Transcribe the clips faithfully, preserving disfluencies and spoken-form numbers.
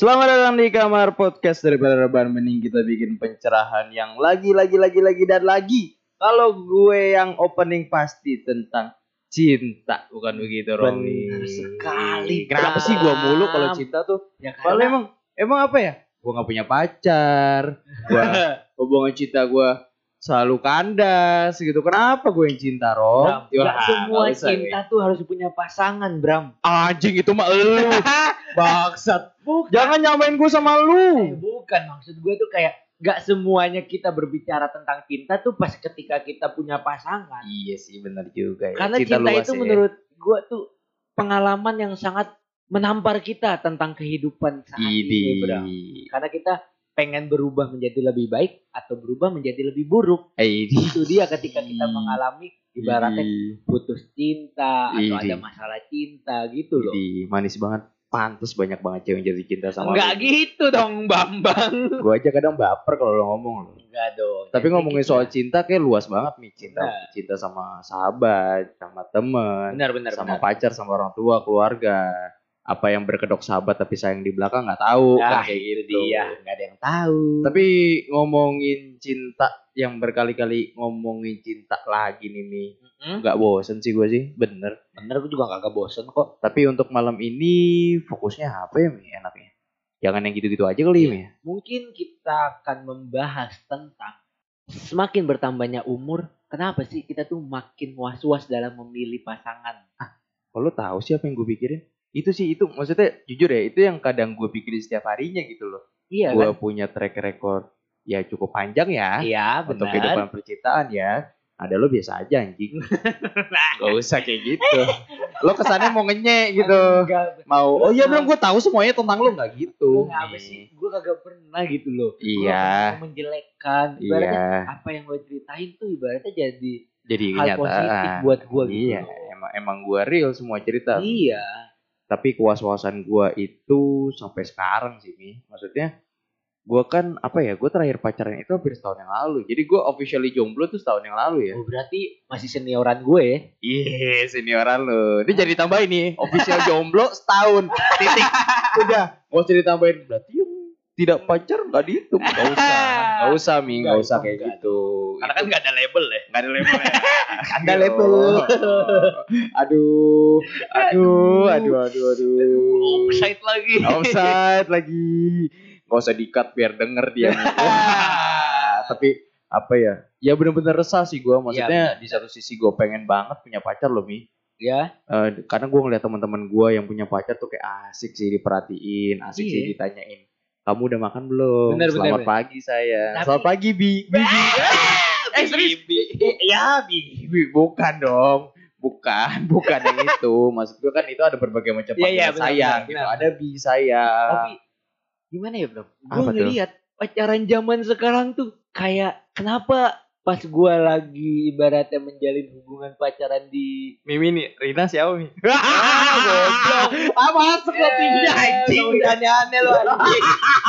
Selamat datang di kamar podcast daripada rebahan, mending kita bikin pencerahan yang lagi lagi lagi lagi dan lagi. Kalau gue yang opening pasti tentang cinta, bukan begitu Romi? Benar sekali. Kenapa Bram. sih gue mulu kalau cinta tuh? Ya Kalau karena emang emang apa ya? Gue nggak punya pacar. Gue hubungan cinta gue selalu kandas gitu. Kenapa gue yang cinta, Rom? Bram, gak semua nggak usah, cinta tuh harus punya pasangan, Bram. anjing itu mah elu. Bangsat. Bukan. Jangan nyamain gue sama Eh, lu. bukan, maksud gue tuh kayak gak semuanya kita berbicara tentang cinta tuh pas ketika kita punya pasangan. Iya sih, benar juga ya. Karena cinta, luas itu ya. menurut gue tuh pengalaman yang sangat menampar kita tentang kehidupan saat ini, Idi. Bram. Karena kita pengen berubah menjadi lebih baik atau berubah menjadi lebih buruk. Eh, Idi. Itu dia ketika kita mengalami ibaratnya Idi. putus cinta atau Idi. ada masalah cinta gitu loh. Idi. Manis banget. Pantes banyak banget cewek yang jadi cinta sama Enggak gitu dong, Bambang. Gue aja kadang baper kalau lo ngomong lo. Enggak dong. Tapi Jadi ngomongin gitu soal ya. cinta kayak luas banget nih. Cinta Benar. cinta sama sahabat, sama temen, benar benar sama benar. pacar, sama orang tua, keluarga. Apa yang berkedok sahabat tapi sayang di belakang nggak tahu. Nah, Kan kayak itu gitu. dia, enggak ada yang tahu. Tapi ngomongin cinta yang berkali-kali ngomongin cinta lagi nih Mi. Mm-mm. Nggak bosen sih gue sih, bener. Bener, gue juga kagak bosen kok. Tapi untuk malam ini fokusnya apa ya Mi enaknya? Jangan yang gitu-gitu aja kali Mi. Mungkin kita akan membahas tentang semakin bertambahnya umur, kenapa sih kita tuh makin was-was dalam memilih pasangan? Kalau tahu sih apa yang gue pikirin? Itu sih itu maksudnya jujur ya itu yang kadang gue pikirin setiap harinya gitu loh. Iya Gue kan? punya track record ya cukup panjang ya Iya, untuk benar. kehidupan percintaan ya. Ada lo biasa aja anjing. Gak usah kayak gitu. Lo kesannya mau ngenyek gitu. Enggak, Mau oh iya belum gue tahu semuanya tentang lo nggak gitu. Enggak apa Mi. sih? Gue kagak pernah gitu loh. Gua Iya. nggak pernah menjelekkan. Ibaratnya Iya. apa yang lo ceritain tuh ibaratnya jadi Jadi hal positif kenyataan. buat gue gitu. Iya, loh. emang emang gue real semua cerita. Iya. Tapi kewas-wasan gue itu sampai sekarang sih Mi. Maksudnya gue kan apa ya, gue terakhir pacaran itu hampir setahun yang lalu. Jadi gue officially jomblo tuh setahun yang lalu ya. Oh, berarti masih senioran gue ya. Iya, senioran lo. Ini jadi tambahin nih, official jomblo setahun. Titik. Udah, gak usah ditambahin. Berarti yang tidak pacar gak dihitung. Gak usah, gak usah Mi, gak Enggak, usah itu kayak enggak gitu. Karena kan gak ada label ya. Gak ada label ya. Ada label. Aduh, aduh, aduh, aduh, aduh. Offside lagi. Offside lagi. Gak usah di-cut biar denger dia. Wah, tapi apa ya? Ya bener-bener resah sih gue. Maksudnya di satu sisi gue pengen banget punya pacar loh Mi. Ya. Eh, karena gue ngeliat teman-teman gue yang punya pacar tuh kayak asik sih diperhatiin, asik Iya. sih ditanyain. Kamu udah makan belum? Bener, Selamat bener. pagi saya. Tapi- Selamat pagi Bi. Bi. Bi. Eh serius? Ya Bi. Bi. Bukan dong. Bukan, bukan yang itu. Maksud gue kan itu ada berbagai macam Iya, iya, panggilan benar, sayang benar, gitu. benar. Ada Bi sayang. Tapi gimana ya bro? Gue Apa tuh? ngeliat pacaran zaman sekarang tuh kayak kenapa pas gue lagi ibaratnya menjalin hubungan pacaran di Mimi nih, Rina siapa Mi? Ah, goblok. Ah masuk lo Eh, anjing. udah aneh-aneh lo anjing.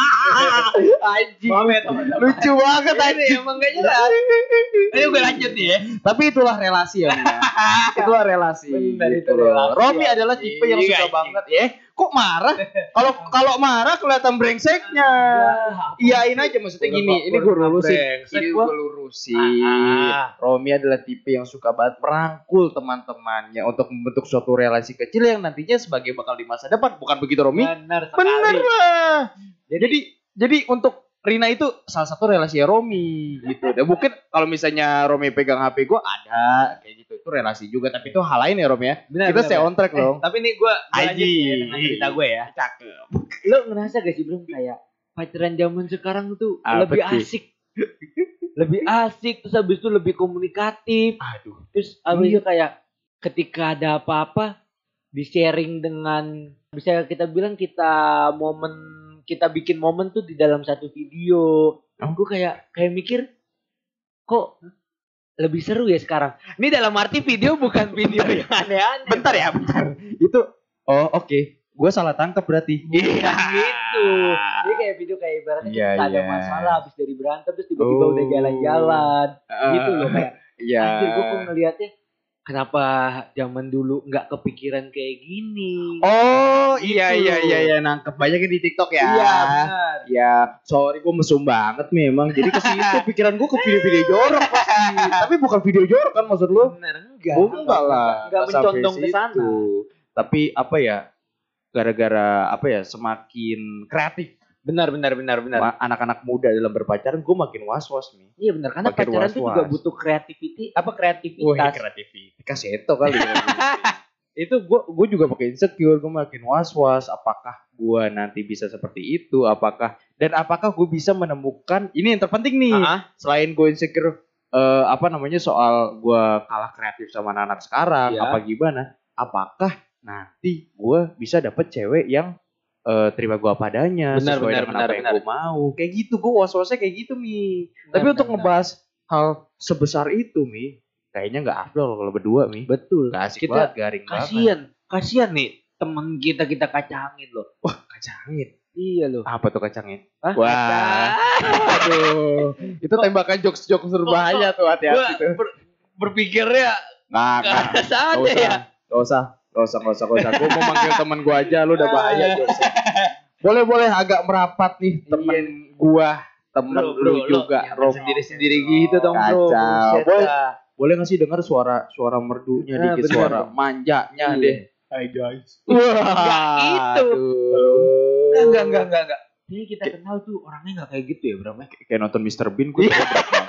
Anjing. Maaf ya, teman-teman. Lucu banget anjing. Emang gak jelas. Ayo gue lanjut nih ya. Tapi itulah relasi ya, Mi, ya. Itulah relasi. Benar, itu gitu loh. relasi, Romi anjing. adalah tipe yang suka Anjing. banget ya. Kok marah? Kalau kalau marah kelihatan brengseknya. Iyain aja maksudnya Udah gini, nggak ini gue pernah lurusin. brengsek Ini gua. gue lurusin. Ah. Romi adalah tipe yang suka banget merangkul teman-temannya untuk membentuk suatu relasi kecil yang nantinya sebagai bakal di masa depan. Bukan begitu Romi? Benar sekali. Bener lah. Jadi jadi untuk Rina itu salah satu relasi Romi gitu. Dan mungkin kalau misalnya Romi pegang H P gue ada kayak gitu, itu relasi juga. Tapi itu hal lain ya Romi ya. Benar, Kita benar, stay benar. on track Eh, dong. tapi nih gue lanjut Anjing. ya dengan cerita gue ya. Cakep. Lo ngerasa gak sih belum kayak pacaran zaman sekarang tuh Apa lebih tuh? asik. Lebih asik, terus habis itu lebih komunikatif. Aduh. Terus habis itu kayak ketika ada apa-apa di sharing dengan, bisa kita bilang kita momen, kita bikin momen tuh di dalam satu video. Oh. Gue kayak kayak mikir kok lebih seru ya sekarang. Ini dalam arti video bukan video yang aneh-aneh. Bentar ya, bentar. Itu oh oke. Gue salah tangkap berarti. Bukan gitu. Jadi kayak video kayak ibaratnya Iya, kita ada iya. masalah habis dari berantem terus tiba-tiba Oh. udah jalan-jalan. Eh, Gitu loh kayak. Iya. Anjir gue kok ngeliatnya kenapa zaman dulu nggak kepikiran kayak gini. Oh Gitu iya iya loh. iya iya nangkep banyak di TikTok ya. Iya benar. Ya sorry gue mesum banget memang. Jadi ke situ pikiran gue ke video-video jorok pasti. Tapi bukan video jorok kan maksud lu? Benar enggak? Oh, enggak lah. Enggak Nggak sampai mencondong ke sana. situ. Tapi apa ya? Gara-gara apa ya? Semakin kreatif. Benar benar benar benar. Ma- anak-anak muda dalam berpacaran gue makin was-was nih. Iya benar karena Makin pacaran itu was-was. juga butuh kreativiti apa Wah, kreativitas. kreativitas. Kaseto kali. Itu gue gue juga pakai insecure, gue makin was-was apakah gue nanti bisa seperti itu, apakah dan apakah gue bisa menemukan ini yang terpenting nih. Ah, Selain gue insecure eh, apa namanya soal gue kalah kreatif sama anak-anak sekarang, Iya. apa gimana? Apakah nanti gue bisa dapet cewek yang eh, terima gue apa adanya, Benar, sesuai benar, dengan benar, apa yang benar. gue mau. Kayak gitu, gue was-wasnya kayak gitu Mi. Tapi Benar, untuk benar, ngebahas hal sebesar itu Mi, kayaknya nggak afdol kalau berdua Mi. betul. Gak asik Kita banget, garing banget. kasihan, kasihan nih temen kita kita kacangin loh. Wah, kacangin. Iya loh. Apa tuh kacangin? Hah? Wah. Kacang. Aduh, itu tembakan jokes-jokes berbahaya tuh, hati-hati tuh. Ber- berpikirnya Nggak, ke nggak. arah sana Gak usah, ya. gak usah, gak usah, gak usah, gak usah. Gue mau manggil temen gue aja, lu udah bahaya jokesnya. Boleh, boleh agak merapat nih temen gua, temen Bro, bro, lu lo juga, jangan Rom. sendiri-sendiri gitu dong, bro. Kacau. Buset Boleh, dah. boleh gak sih denger suara suara merdunya Nah, dikit, bener. suara manjanya Iya. deh. Hai guys. Wah, Enggak gitu. aduh. Enggak, enggak, enggak, enggak, enggak. Ini kita kenal tuh orangnya enggak kayak gitu ya, Bram. Kayak nonton mister Bean, gue berat banget.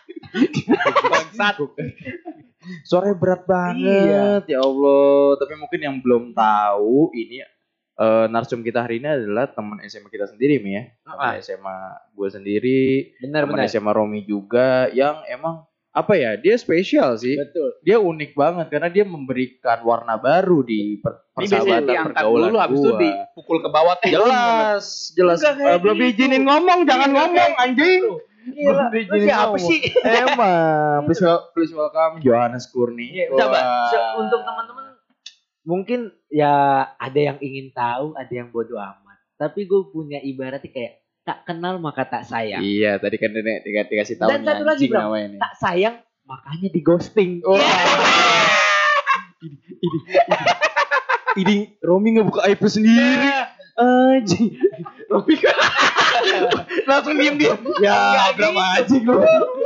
Bangsat. Suaranya berat banget, ya Allah. Tapi mungkin yang belum tahu ini eh, narsum kita hari ini adalah teman S M A kita sendiri, Mi ya. Teman Ah. S M A gue sendiri, Benar, teman benar. S M A Romi juga yang emang apa ya? Dia spesial sih. Betul. Dia unik banget karena dia memberikan warna baru di per- Ini biasanya persahabatan diangkat pergaulan dulu habis itu gua. dipukul ke bawah tuh. Jelas, jelas. Enggak kayak Eh, belum gitu. diizinin ngomong, jangan Enggak ngomong kayak anjing. Gila, Belum lu diizinin siapa ngomong. sih? Emang, please, wel- please welcome Johannes Kurni. Iya, udah, Mbak. Wah. Se- Untuk teman-teman mungkin ya ada yang ingin tahu, ada yang bodoh amat. Tapi gue punya ibaratnya kayak tak kenal maka tak sayang. Iya, tadi kan nenek tiga dikasih tahu Dan nih, satu lagi, anjing Bro. namanya nih. Tak sayang makanya di ghosting. Wah. Ini Romi ngebuka aib sendiri. Anjing. Romi langsung diem-diem. Ya, Nggak berapa gitu. anjing lu?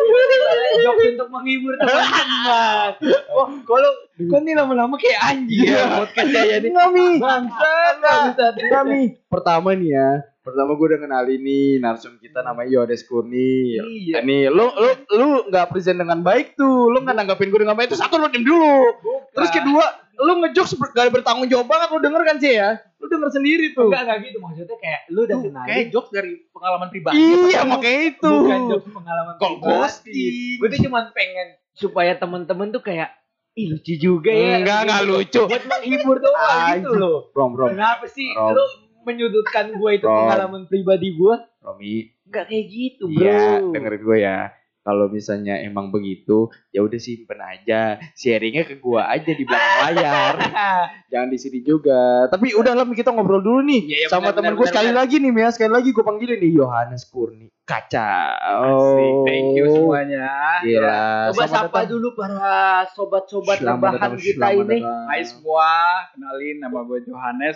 Jokes untuk menghibur teman-teman. Wah, kalau kok ini lama-lama kayak anjing ya podcast saya ini. Ngami. Bangsat, bangsat. Ngami. Pertama nih ya. Pertama gue udah kenalin nih narsum kita namanya Johannes Kurni. Iya. Nih, lu lu lu enggak present dengan baik tuh. Lu enggak nanggapin gue dengan baik. Itu satu lu diem dulu. Terus kedua, lu ngejokes ber- gak bertanggung jawab banget. Lu denger kan sih ya? Lu denger sendiri tuh. Enggak enggak gitu maksudnya kayak lu udah Tuh, kenalin. kayak jokes dari pengalaman pribadi. Iya, makanya itu. Bukan jokes pengalaman Kok pribadi. ghosting? Gue tuh cuma pengen supaya teman-teman tuh kayak ih lucu juga ya. Enggak, Gitu. enggak lucu. Buat menghibur doang gitu Anjing. loh. Brom, brom. Kenapa sih Rom. lu menyudutkan gue itu Rom. pengalaman pribadi gue? Romi, Enggak kayak gitu, Bro. iya, dengerin gue ya. Kalau misalnya emang begitu, ya udah simpen aja. Sharingnya ke gua aja di belakang layar. Jangan di sini juga. Tapi udah lah, kita ngobrol dulu nih Iya, iya, sama benar, temen benar, gue benar, sekali benar. lagi nih, Mia. Sekali lagi gue panggilin nih Johannes Kurni. Kacau. Asik, thank you semuanya. Gila. Coba Selamat sapa datang. dulu para sobat-sobat Selamat rebahan datang, kita selamat ini. datang. Hai semua, kenalin nama gue Johannes.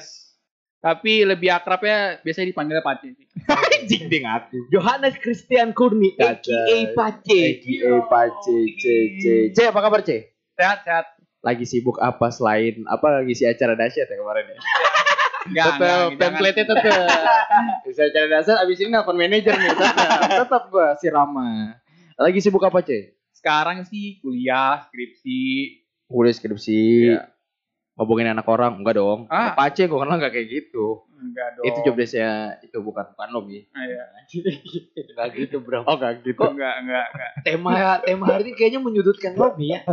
Tapi lebih akrabnya biasanya dipanggil Pace. Anjing deh ngaku. Johannes Christian Kurni, A K A Pace. A K A Pace, C, C. C, apa kabar C? Sehat-sehat. Lagi sibuk apa selain apa lagi si acara dahsyat ya kemarin ya? Enggak, Tetep template-nya tetep. Bisa acara dasar abis ini nelfon manajer nih. Tetep, tetep gua si Rama. Lagi sibuk apa C? Sekarang sih kuliah, skripsi. Kuliah skripsi. Iya. Ngobongin anak orang enggak dong? Ah. Apa Pace gua kenal enggak kayak gitu. Enggak dong. Itu job desk-nya itu bukan bukan lo Bi. Ah, iya. Enggak gitu, Bro. Oh enggak gitu. Enggak, enggak, enggak. Tema tema hari ini kayaknya menyudutkan Romi ya.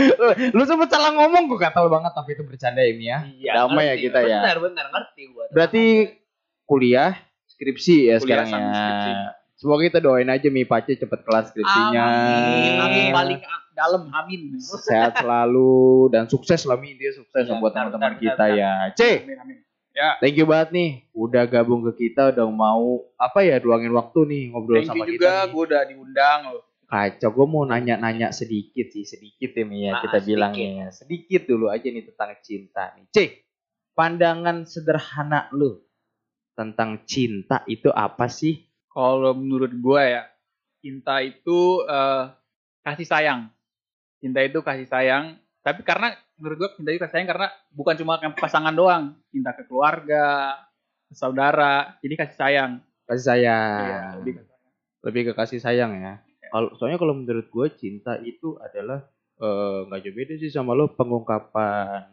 Lu sempet salah ngomong gua gatal banget tapi itu bercanda ya Mi ya. Iya, Damai ya ngerti. kita ya. Benar, benar ngerti gua. Berarti kuliah skripsi ya Kuliah sekarang sama ya. skripsi. Semoga kita doain aja Mi Pace cepet kelas skripsinya. Amin, amin. Paling dalam, amin. Sehat selalu dan sukses lah Mi, dia sukses Iya, buat benar, teman-teman benar, kita benar, ya. C, Amin, amin. Ya, thank you banget nih udah gabung ke kita, udah mau apa ya luangin waktu nih ngobrol thank sama you kita. juga. nih. Gue udah diundang loh. Kacau, gue mau nanya-nanya sedikit sih, sedikit ya Mi ya, Ah, kita sedikit. bilangnya. Sedikit dulu aja nih tentang cinta nih. Cek, pandangan sederhana lu tentang cinta itu apa sih? Kalau menurut gue ya, cinta itu eh, kasih sayang. Cinta itu kasih sayang. Tapi karena menurut gue cinta itu kasih sayang karena bukan cuma ke pasangan doang. Cinta ke keluarga, ke saudara. Jadi kasih sayang. Kasih sayang. Iya, lebih ke sayang. Lebih ke kasih sayang ya. Kalau soalnya kalau menurut gue cinta itu adalah eh, nggak jauh beda sih sama lo pengungkapan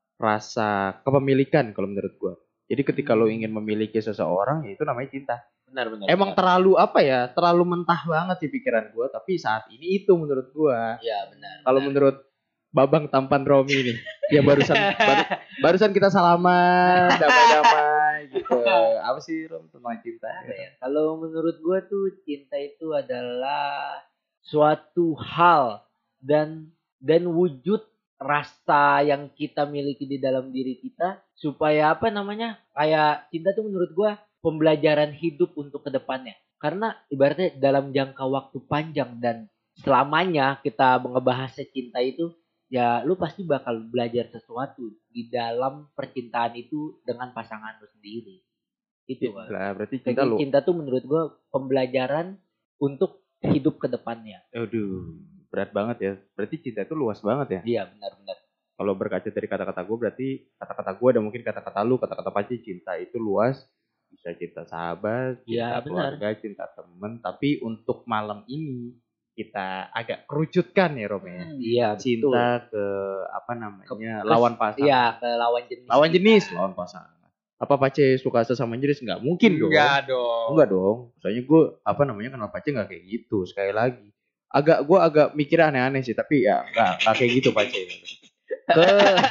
rasa kepemilikan kalau menurut gue. Jadi ketika lo ingin memiliki seseorang ya itu namanya cinta. Benar-benar. Emang terlalu apa ya? Terlalu mentah banget sih pikiran gue. Tapi saat ini itu menurut gue. Iya benar. Kalau menurut Babang tampan Romi nih, ya barusan baru, barusan kita salaman, damai-damai gitu. Apa sih Rom tentang cinta? Apa ya? Kalau menurut gue tuh cinta itu adalah suatu hal dan dan wujud rasa yang kita miliki di dalam diri kita supaya apa namanya? Kayak cinta tuh menurut gue pembelajaran hidup untuk kedepannya. Karena ibaratnya dalam jangka waktu panjang dan selamanya kita ngebahas cinta itu, ya lu pasti bakal belajar sesuatu di dalam percintaan itu dengan pasangan lu sendiri. Itu kan. Lah, berarti cinta Jadi lu. cinta tuh menurut gue pembelajaran untuk hidup ke depannya. Aduh, berat banget ya. Berarti cinta itu luas banget ya. Iya benar-benar. Kalau berkaca dari kata-kata gue berarti kata-kata gue ada mungkin kata-kata lu, kata-kata Paci, cinta itu luas. Bisa cinta sahabat, cinta Iya, benar. keluarga, cinta temen. Tapi untuk malam ini kita agak kerucutkan ya Rom ya. Iya betul. Cinta ke apa namanya Ke- lawan pasangan. Iya ke lawan jenis. Lawan jenis, lawan pasangan. Apa Pace suka sesama jenis? Nggak mungkin dong. Enggak dong. Enggak dong. Soalnya gue apa namanya kenal Pace nggak kayak gitu. Sekali lagi, agak gue agak mikir aneh-aneh sih. Tapi ya nggak nggak kayak gitu Pace. Ke,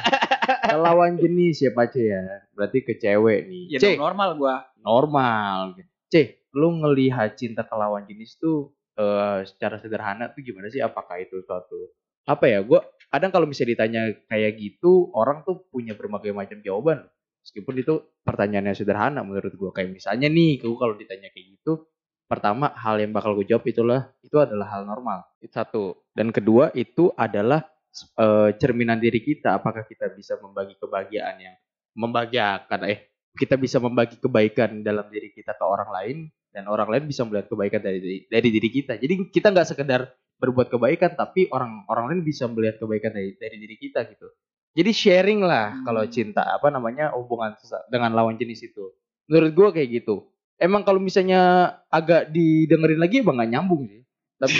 ke lawan jenis ya Pace ya. Berarti ke cewek nih. Ya C, dong, normal gua. normal. C, lu ngelihat cinta ke lawan jenis tuh eh, secara sederhana tuh gimana sih? Apakah itu suatu apa ya? Gue kadang kalau misalnya ditanya kayak gitu, orang tuh punya berbagai macam jawaban. Meskipun itu pertanyaannya sederhana menurut gue. Kayak misalnya nih, gue kalau ditanya kayak gitu, pertama hal yang bakal gue jawab itulah itu adalah hal normal. Itu satu. Dan kedua itu adalah eh, cerminan diri kita. Apakah kita bisa membagi kebahagiaan yang membahagiakan? Eh, kita bisa membagi kebaikan dalam diri kita ke orang lain dan orang lain bisa melihat kebaikan dari dari diri kita. Jadi kita nggak sekedar berbuat kebaikan, tapi orang orang lain bisa melihat kebaikan dari dari diri kita gitu. Jadi sharing lah kalau cinta apa namanya hubungan dengan lawan jenis itu. Menurut gue kayak gitu. Emang kalau misalnya agak didengerin lagi emang nggak nyambung sih. Tapi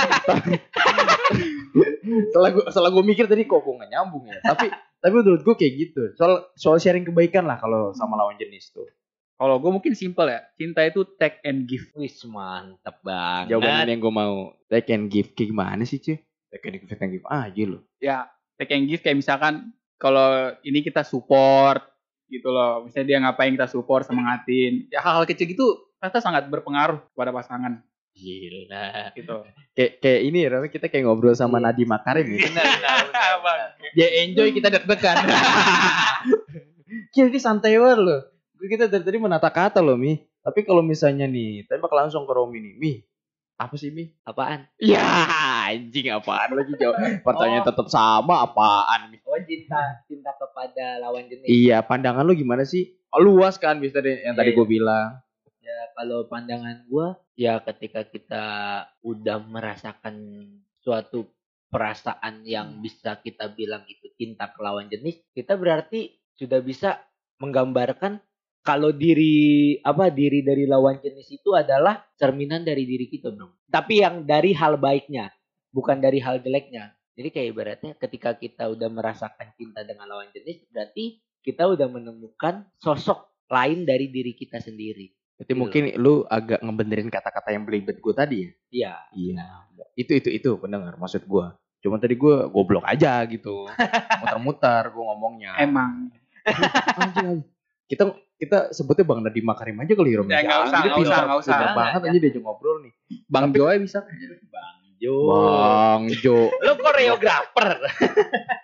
setelah gue setelah gue mikir tadi kok gue nggak nyambung ya. Tapi tapi menurut gue kayak gitu. Soal soal sharing kebaikan lah kalau sama lawan jenis tuh. Kalau gue mungkin simple ya. Cinta itu take and give. Wis mantep banget. Jawaban yang gue mau. Take and give kayak gimana sih cuy? Take and give, take and give aja loh. Ya, take and give kayak misalkan kalau ini kita support gitu loh. Misalnya dia ngapain kita support, semangatin. Ya hal-hal kecil gitu ternyata sangat berpengaruh kepada pasangan. Gila. Gitu. Kayak kayak ini ya, Rami, kita kayak ngobrol sama Iya. Nadiem Makarim ya. Benar, benar, benar, benar. Dia enjoy, kita deg-degan. Kira-kira santai banget loh. Kita dari tadi menata kata loh Mi. Tapi kalau misalnya nih, tembak langsung ke Romi nih. Mi, apa sih Mi? Apaan? Ya anjing apaan lagi jawab. Pertanyaan Oh. tetap sama apaan Mi? Oh cinta, cinta kepada lawan jenis. Iya, pandangan lu gimana sih? Oh, luas kan bisa tadi yang tadi Iya, gue iya. bilang. Ya kalau pandangan gue, ya ketika kita udah merasakan suatu perasaan yang bisa kita bilang itu cinta ke lawan jenis, kita berarti sudah bisa menggambarkan kalau diri apa diri dari lawan jenis itu adalah cerminan dari diri kita, bro. Tapi yang dari hal baiknya, bukan dari hal jeleknya. Jadi kayak ibaratnya ketika kita udah merasakan cinta dengan lawan jenis, berarti kita udah menemukan sosok lain dari diri kita sendiri. Berarti Gitu. mungkin lu agak ngebenerin kata-kata yang belibet gue tadi ya? Iya. Iya. Itu itu itu pendengar maksud gue. Cuma tadi gue goblok aja gitu. Muter-muter gue ngomongnya. Emang. Anjing, anjing. Kita kita sebutnya Bang Nadiem Makarim aja kali ya Rom. Ya, nggak usah, Dia nggak pintar- usah, nggak usah. pintar banget aja diajak ngobrol nih. Bang Joy bisa. Bang Jo. Bang Jo. Lo koreografer.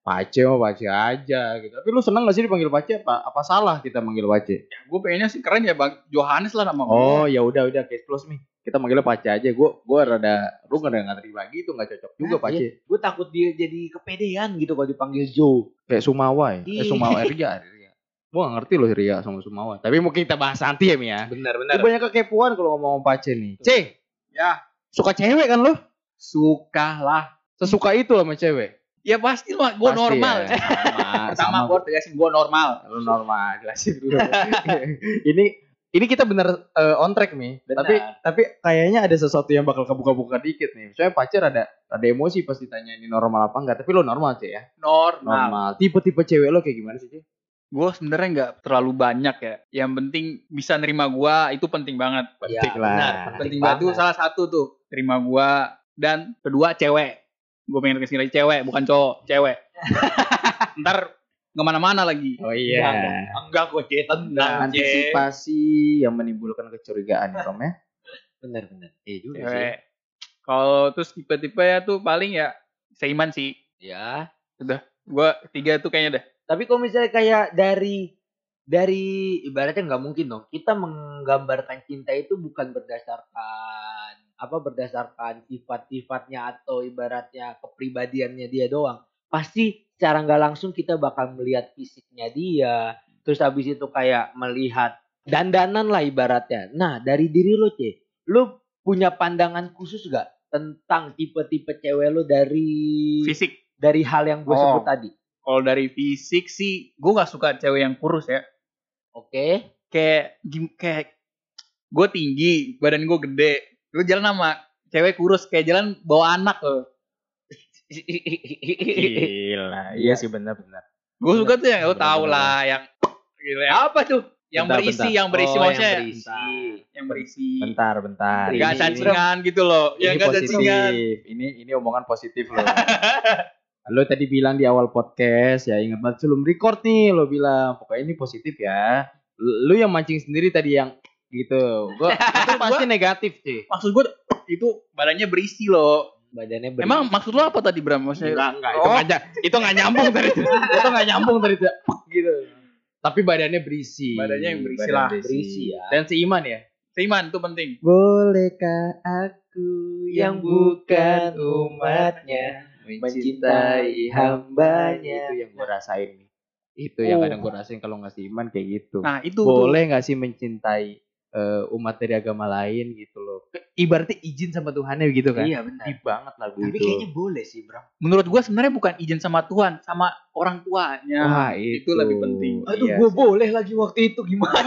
Pace mah Pace aja gitu. Tapi lu seneng gak sih dipanggil Pace? Apa apa salah kita manggil Pace? Ya, gue pengennya sih keren ya Bang Johannes lah nama gue. Oh, ya udah udah case close nih. Kita manggilnya Pace aja. Gue gue rada lu nggak ada nggak terima gitu, nggak cocok juga Nah, Pace. iya. Gue takut dia jadi kepedean gitu kalau dipanggil Joe. Kayak Sumawa ya. Eh Iya. Sumawa Ria. Ria. Gue gak ngerti loh Ria sama Sumawa. Tapi mungkin kita bahas nanti ya Mi ya. Benar Lu banyak kekepuan kalau ngomong Pace nih. C, Ya, suka cewek kan lu? suka lah. Sesuka itu sama cewek. Ya pasti lah, gue Pasti normal. ya. Sama, Pertama sama gue tegasin gue normal. lu normal, jelasin dulu. ini ini kita bener eh, on track nih. Benar. Tapi tapi kayaknya ada sesuatu yang bakal kebuka-buka dikit nih. Soalnya pacar ada ada emosi pas ditanya ini normal apa enggak. Tapi lo normal sih ya. Normal. Normal. Tipe-tipe cewek lo kayak gimana sih, Ci? Gue sebenarnya nggak terlalu banyak ya. Yang penting bisa nerima gue itu penting banget. Penting Ya, lah. benar, Penting banget tuh salah satu tuh terima gue, dan kedua cewek. Gue pengen kesini lagi cewek, bukan cowok, cewek. Ntar kemana-mana lagi. Oh iya. Enggak gue C tenang. C. Antisipasi yang menimbulkan kecurigaan ya, Rom ya. Benar benar. Iya juga sih. Cewek. Kalau terus tipe-tipe ya tuh paling ya seiman sih. Ya. Gue tiga tuh kayaknya dah. Tapi kalau misalnya kayak dari dari ibaratnya nggak mungkin dong kita menggambarkan cinta itu bukan berdasarkan apa berdasarkan sifat-sifatnya atau ibaratnya kepribadiannya dia doang. Pasti secara nggak langsung kita bakal melihat fisiknya dia. Terus habis itu kayak melihat dandanan lah ibaratnya. Nah dari diri lo C, lo punya pandangan khusus gak tentang tipe-tipe cewek lo dari Fisik. dari hal yang gue Oh. sebut tadi? Kalau dari fisik sih, gue nggak suka cewek yang kurus ya. Oke. Kayak gim- kayak gue tinggi, badan gue gede. Gue jalan sama cewek kurus kayak jalan bawa anak loh. Gila. Iya sih benar-benar. Gue suka tuh yang lo Bener, tau bener, lah yang gila, yang, Apa tuh? yang Bentar, berisi, bentar. yang berisi Oh, maksudnya yang ya? berisi. Yang berisi. Bentar, bentar. Gak Ini- cacingan gitu loh. Ini, Ya ini gak positif. cacingan. Ini ini omongan positif loh. Lo tadi bilang di awal podcast ya, ingat banget sebelum record nih lo bilang pokoknya ini positif ya. Lu yang mancing sendiri tadi yang gitu. Gua itu pasti negatif sih. Maksud gue itu badannya berisi loh. Badannya berisi. Emang maksud lo apa tadi Bram? Maksudnya Enggak, enggak, itu Oh. enggak itu enggak nyambung tadi itu. Itu enggak nyambung tadi itu. Gitu. Tapi badannya berisi. Badannya yang berisi Badan lah. Berisi ya. Dan seiman ya. seiman itu penting. Bolehkah aku yang bukan umatnya mencintai hambanya. Itu yang gue rasain nih. Itu yang Oh. kadang gue rasain kalau nggak seiman kayak gitu. Nah itu Boleh nggak sih mencintai eh, umat dari agama lain gitu loh. Ke- Ibaratnya izin sama Tuhannya gitu kan. Iya benar. Deep banget lagu Tapi itu. kayaknya boleh sih, Bro. menurut gue sebenarnya bukan izin sama Tuhan, sama orang tuanya. Wah, itu lebih penting. Aduh, Iya gue sih. boleh lagi waktu itu gimana?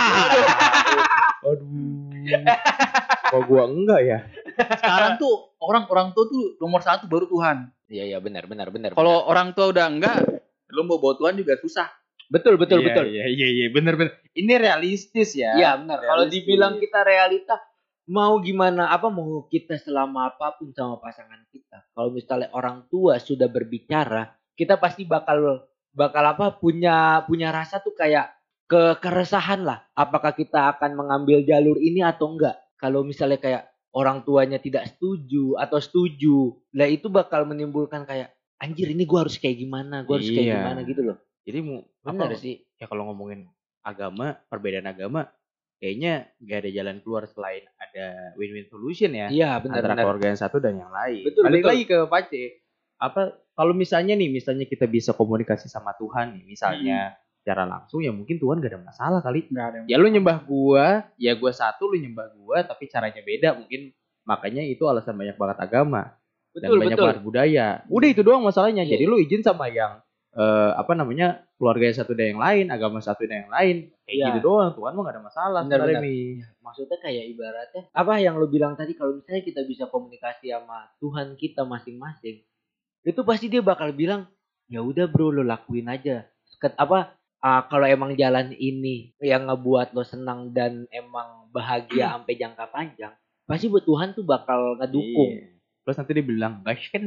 Aduh. Kok gua enggak ya? Sekarang tuh orang-orang tua tuh nomor satu baru Tuhan. Iya iya benar benar benar. Kalau orang tua udah enggak, lu mau bawa Tuhan juga susah. betul betul Iya, betul. Iya iya iya benar benar. Ini realistis ya. Iya benar. Kalau Realistis. dibilang kita realita mau gimana apa mau kita selama apapun sama pasangan kita. Kalau misalnya orang tua sudah berbicara, kita pasti bakal bakal apa punya punya rasa tuh kayak ke keresahan lah. Apakah kita akan mengambil jalur ini atau enggak? Kalau misalnya kayak orang tuanya tidak setuju atau setuju, lah itu bakal menimbulkan kayak anjir ini gua harus kayak gimana, gua harus kayak Iya. gimana gitu loh. Jadi mau Benar apa sih. ya kalau ngomongin agama, perbedaan agama kayaknya gak ada jalan keluar selain ada win-win solution ya. Iya benar Antara benar. keluarga yang satu dan yang lain. Betul, Balik betul. lagi ke Pace. Apa kalau misalnya nih, misalnya kita bisa komunikasi sama Tuhan nih, misalnya secara langsung ya mungkin Tuhan gak ada masalah kali. Enggak ada. Ya lu nyembah gua, ya gua satu, lu nyembah gua, tapi caranya beda mungkin. Makanya itu alasan banyak banget agama dan Betul banyak betul. banget budaya. Udah itu doang masalahnya. Iya. Jadi lu izin sama yang eh, apa namanya keluarga yang satu dan yang lain, agama satu dan yang lain. Kayak Iya. gitu doang. Tuhan mah gak ada masalah Benar, sebenarnya benar. Mi. Maksudnya kayak ibaratnya apa yang lo bilang tadi kalau misalnya kita bisa komunikasi sama Tuhan kita masing-masing, itu pasti dia bakal bilang ya udah bro lo lakuin aja. Ket, apa ah, kalau emang jalan ini yang ngebuat lo senang dan emang bahagia sampai jangka panjang, pasti buat Tuhan tuh bakal ngedukung. Iya. Terus nanti dia bilang, "Guys kan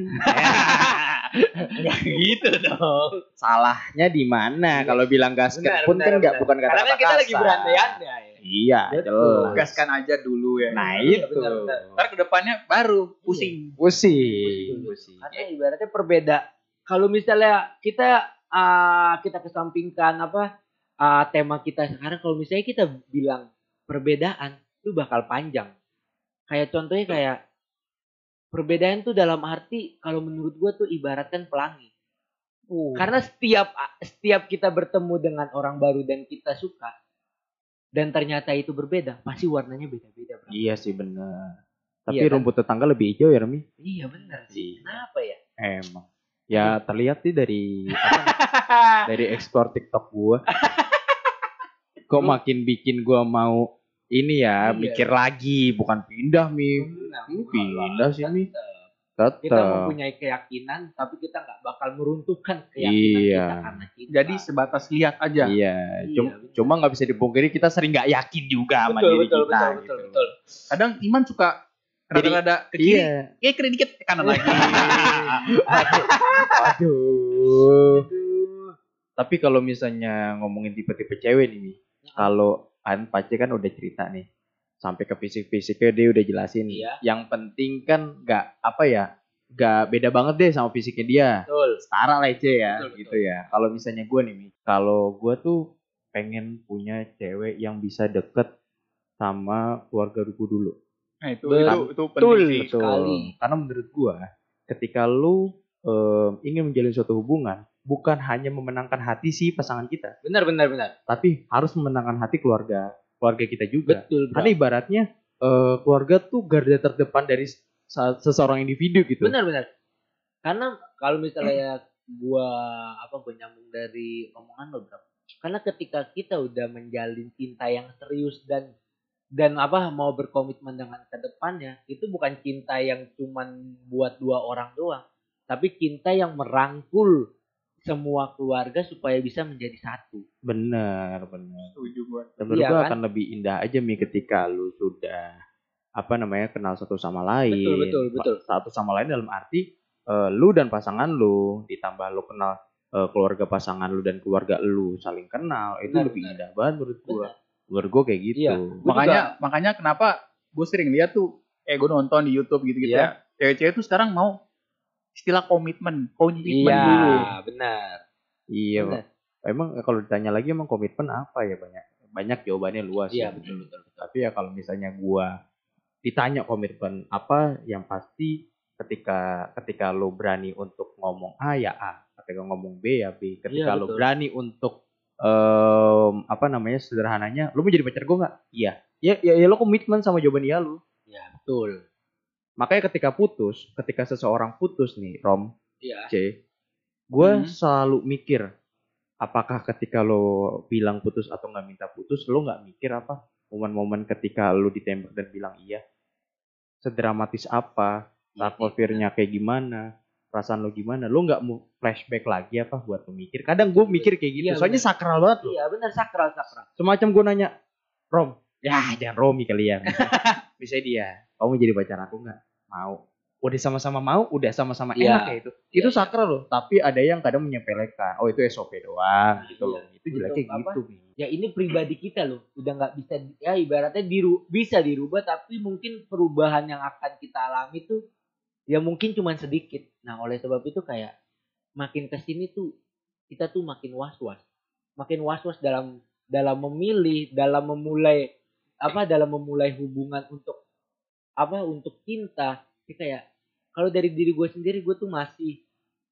Ya gitu dong. salahnya di mana? Kalau bilang gasket Benar, pun benar, kan nggak benar. bukan kata-kata Karena kan kita lagi kasar. berandai-andai. Iya, Betul. jelas. Gaskan aja dulu ya. Nah, Iya, itu. benar, benar. Ntar kedepannya baru pusing. Pusing. Betul. Pusing. Karena ibaratnya perbeda kalau misalnya kita uh, kita kesampingkan apa uh, tema kita sekarang, kalau misalnya kita bilang perbedaan itu bakal panjang. Kayak contohnya kayak perbedaan tuh dalam arti kalau menurut gue tuh ibaratkan pelangi. Uh. Karena setiap setiap kita bertemu dengan orang baru dan kita suka dan ternyata itu berbeda, pasti warnanya beda-beda. Bro. Iya sih benar. Tapi iya, rumput kan? tetangga lebih hijau ya Remi? Iya benar sih. Kenapa ya? Emang. Ya terlihat sih dari apa, dari ekspor TikTok gua. Kok makin bikin gua mau ini ya, iya. mikir lagi, bukan pindah Mi. Nah, pindah sih Mi. Tetap. Kita mempunyai keyakinan, tapi kita nggak bakal meruntuhkan keyakinan iya. kita karena cinta. Jadi sebatas lihat aja. Iya. Cuma, iya, cuma nggak bisa dipungkiri kita sering nggak yakin juga betul, sama diri betul, kita. Betul, gitu. betul, betul. Kadang iman suka rada-rada ke kiri, iya. kayak kiri dikit ke kanan lagi. Aduh. Aduh. Tapi kalau misalnya ngomongin tipe-tipe cewek nih, nih. Kalau An Pace kan udah cerita nih. Sampai ke fisik-fisiknya dia udah jelasin. Iya. Yang penting kan nggak apa ya, nggak beda banget deh sama fisiknya dia. Betul. Setara lah Ce ya, betul, gitu betul. ya. Kalau misalnya gue nih, kalau gue tuh pengen punya cewek yang bisa deket sama keluarga gue dulu. Nah itu betul, itu, itu penting sih. Betul. Sekali. Karena menurut gue, ketika lu um, ingin menjalin suatu hubungan, bukan hanya memenangkan hati si pasangan kita. Benar, benar, benar. Tapi harus memenangkan hati keluarga keluarga kita juga. Betul, bro. Karena ibaratnya uh, keluarga tuh garda terdepan dari seseorang individu gitu. Benar, benar. Karena kalau misalnya gua apa gua nyambung dari omongan lo, bro. Karena ketika kita udah menjalin cinta yang serius dan dan apa mau berkomitmen dengan kedepannya, itu bukan cinta yang cuman buat dua orang doang, tapi cinta yang merangkul semua keluarga supaya bisa menjadi satu. Benar, benar. Setuju gue. Menurut iya, gue kan? Akan lebih indah aja Mi ketika lu sudah apa namanya kenal satu sama lain. Betul, betul, betul. Satu sama lain dalam arti uh, lu dan pasangan lu ditambah lu kenal uh, keluarga pasangan lu dan keluarga lu saling kenal, itu benar, lebih benar. Indah banget menurut gue. Menurut gue kayak gitu. Iya, makanya juga. makanya kenapa gue sering lihat tuh, eh gue nonton di YouTube gitu-gitu iya. ya, cewek-cewek tuh sekarang mau istilah komitmen, komitmen iya, dulu. Iya, benar. Iya, benar. Emang kalau ditanya lagi emang komitmen apa ya banyak banyak jawabannya luas. Iya, ya. betul, betul, betul. Tapi ya kalau misalnya gua ditanya komitmen apa, yang pasti ketika ketika lo berani untuk ngomong A ya A, ketika ngomong B ya B, ketika iya, lo berani untuk um, apa namanya sederhananya, lo mau jadi pacar gua nggak? Iya. Ya, ya, ya lo komitmen sama jawaban iya lo. Iya, betul. Makanya ketika putus, ketika seseorang putus nih, Rom, iya. C, gue hmm. selalu mikir, apakah ketika lo bilang putus atau nggak minta putus, lo nggak mikir apa momen-momen ketika lo ditembak dan bilang iya, sedramatis apa, atmosfernya kayak gimana, perasaan lo gimana, lo nggak mau flashback lagi apa buat lo mikir? Kadang gue mikir kayak gitu, iya, soalnya bener. Sakral banget lo. Iya benar sakral sakral. Semacam gue nanya, Rom, ya jangan Romi kali ya, bisa dia. Kamu jadi pacar aku nggak? Mau. Udah sama-sama mau, udah sama-sama enak ya, ya itu. Ya, itu sakral ya. Loh. Tapi ada yang kadang menyepelekan. Oh itu S O P doang gitu loh. Ya, itu jeleknya gitu. Ya ini pribadi kita loh. Udah nggak bisa, ya ibaratnya diru, bisa dirubah. Tapi mungkin perubahan yang akan kita alami tuh ya mungkin cuma sedikit. Nah oleh sebab itu kayak makin kesini tuh kita tuh makin was-was. Makin was-was dalam dalam memilih, dalam memulai apa dalam memulai hubungan untuk apa untuk cinta. Jadi kayak kalau dari diri gue sendiri gue tuh masih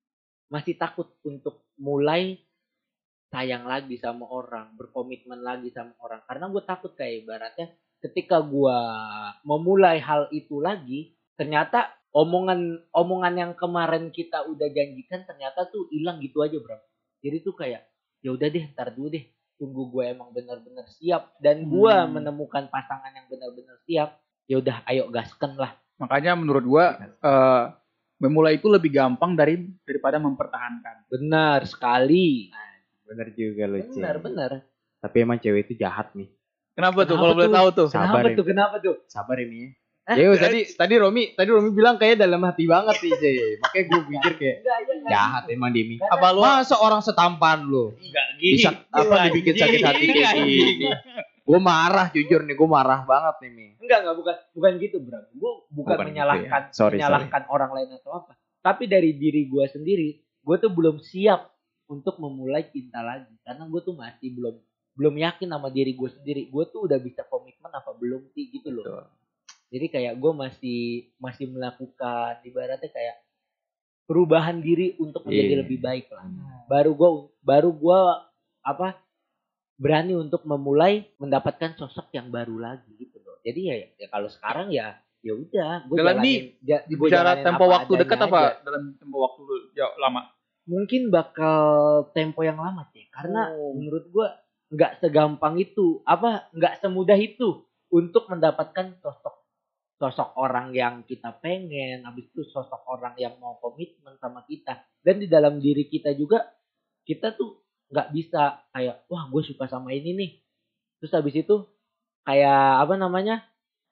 masih takut untuk mulai sayang lagi sama orang, berkomitmen lagi sama orang, karena gue takut kayak ibaratnya ketika gue memulai hal itu lagi ternyata omongan omongan yang kemarin kita udah janjikan ternyata tuh hilang gitu aja bro. Jadi tuh kayak ya udah deh ntar dulu deh, tunggu gue emang benar-benar siap dan gue hmm. menemukan pasangan yang benar-benar siap. Ya udah ayo gaskan lah. Makanya menurut gua uh, memulai itu lebih gampang dari daripada mempertahankan. Benar sekali. Benar juga lo. Benar benar. Tapi emang cewek itu jahat nih. Kenapa, kenapa tuh kalau boleh tahu tuh? Kenapa Sabar tuh? Kenapa tuh? Sabar ini. Eh? Ya tadi tadi Romi tadi Romi bilang kayak dalam hati banget nih C. Makanya gue pikir kayak jahat emang Demi. Apa lu? Masa orang setampan lu? Enggak gini. Bisa apa dibikin sakit hati kayak gini? Gue marah jujur nih, gue marah banget nih Mi. Enggak enggak bukan bukan gitu bro. Gue bukan, bukan menyalahkan gitu ya. sorry, menyalahkan sorry. orang lain atau apa. Tapi dari diri gue sendiri, gue tuh belum siap untuk memulai cinta lagi karena gue tuh masih belum belum yakin sama diri gue sendiri. Gue tuh udah bisa komitmen apa belum sih gitu loh. Betul. Jadi kayak gue masih masih melakukan ibaratnya kayak perubahan diri untuk menjadi Iya. lebih baik lah. Baru gue baru gue apa berani untuk memulai mendapatkan sosok yang baru lagi gitu loh. Jadi ya, ya kalau sekarang ya ya udah gue Dalam jalanin ja, gua Bicara jalanin tempo apa waktu adanya dekat aja. apa dalam tempo waktu jauh lama? Mungkin bakal tempo yang lama sih karena Oh. menurut gue nggak segampang itu apa nggak semudah itu untuk mendapatkan sosok sosok orang yang kita pengen, habis itu sosok orang yang mau komitmen sama kita. Dan di dalam diri kita juga, kita tuh nggak bisa kayak, wah gue suka sama ini nih. Terus habis itu kayak apa namanya,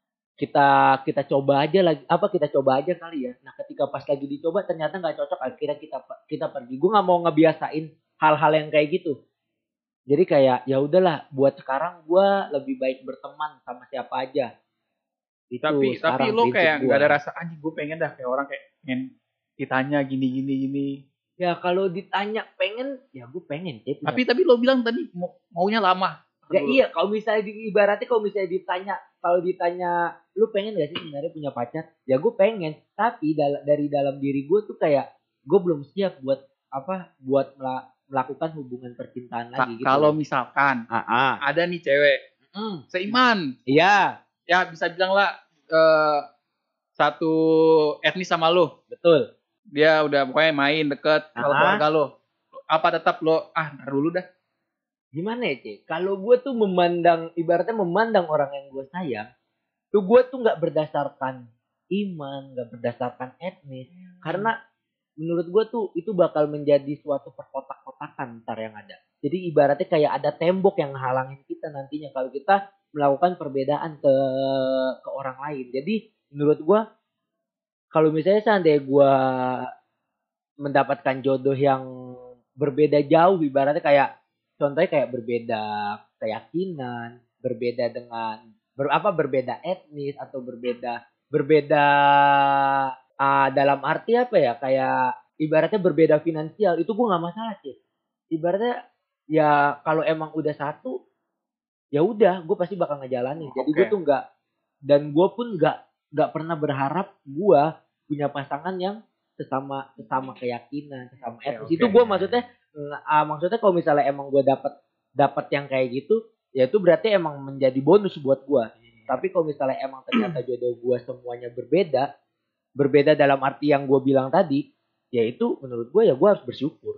kita kita coba aja lagi, apa kita coba aja kali ya. Nah ketika pas lagi dicoba ternyata nggak cocok, akhirnya kita kita pergi. Gue nggak mau ngebiasain hal-hal yang kayak gitu. Jadi kayak ya udahlah, buat sekarang gue lebih baik berteman sama siapa aja. Itu Tapi tapi sekarang lo prinsip kayak gua. nggak ada rasa anjing gue pengen dah kayak orang kayak pengen ditanya gini gini gini. Ya kalau ditanya pengen, ya gue pengen sih. Tapi tapi lo bilang tadi mau, maunya lama. ya Dulu. iya kalau misalnya di, ibaratnya kalau misalnya ditanya, kalau ditanya lu pengen gak sih sebenarnya punya pacar? Ya gue pengen. Tapi dal- dari dalam diri gue tuh kayak gue belum siap buat apa? Buat mela- melakukan hubungan percintaan Ka- lagi gitu. Kalau misalkan ah, ah. ada nih cewek Mm, seiman, iya ya bisa bilang lah eh, satu etnis sama lo, betul. dia udah pokoknya main deket kalau Ah. keluarga lo, apa tetap lo ah ntar dulu dah. Gimana ya Cek? Kalau gue tuh memandang, ibaratnya memandang orang yang gue sayang, tuh gue tuh nggak berdasarkan iman, nggak berdasarkan etnis, karena menurut gue tuh itu bakal menjadi suatu perkotak-kotakan ntar yang ada. Jadi ibaratnya kayak ada tembok yang halangin kita nantinya kalau kita melakukan perbedaan ke ke orang lain. Jadi menurut gue kalau misalnya seandainya gue mendapatkan jodoh yang berbeda jauh, ibaratnya kayak contohnya kayak berbeda keyakinan, berbeda dengan ber, apa berbeda etnis atau berbeda berbeda uh, dalam arti apa ya, kayak ibaratnya berbeda finansial, itu gue nggak masalah sih. Ibaratnya ya kalau emang udah satu ya udah gue pasti bakal ngejalanin. Jadi gue Oke. tuh nggak, dan gue pun nggak nggak pernah berharap gue punya pasangan yang sesama sesama keyakinan, sesama Oke, etnis. oke. Itu gue maksudnya uh, maksudnya kalau misalnya emang gue dapat dapat yang kayak gitu, ya itu berarti emang menjadi bonus buat gue. Tapi kalau misalnya emang ternyata jodoh gue semuanya berbeda, berbeda dalam arti yang gue bilang tadi, ya itu menurut gue ya gue harus bersyukur.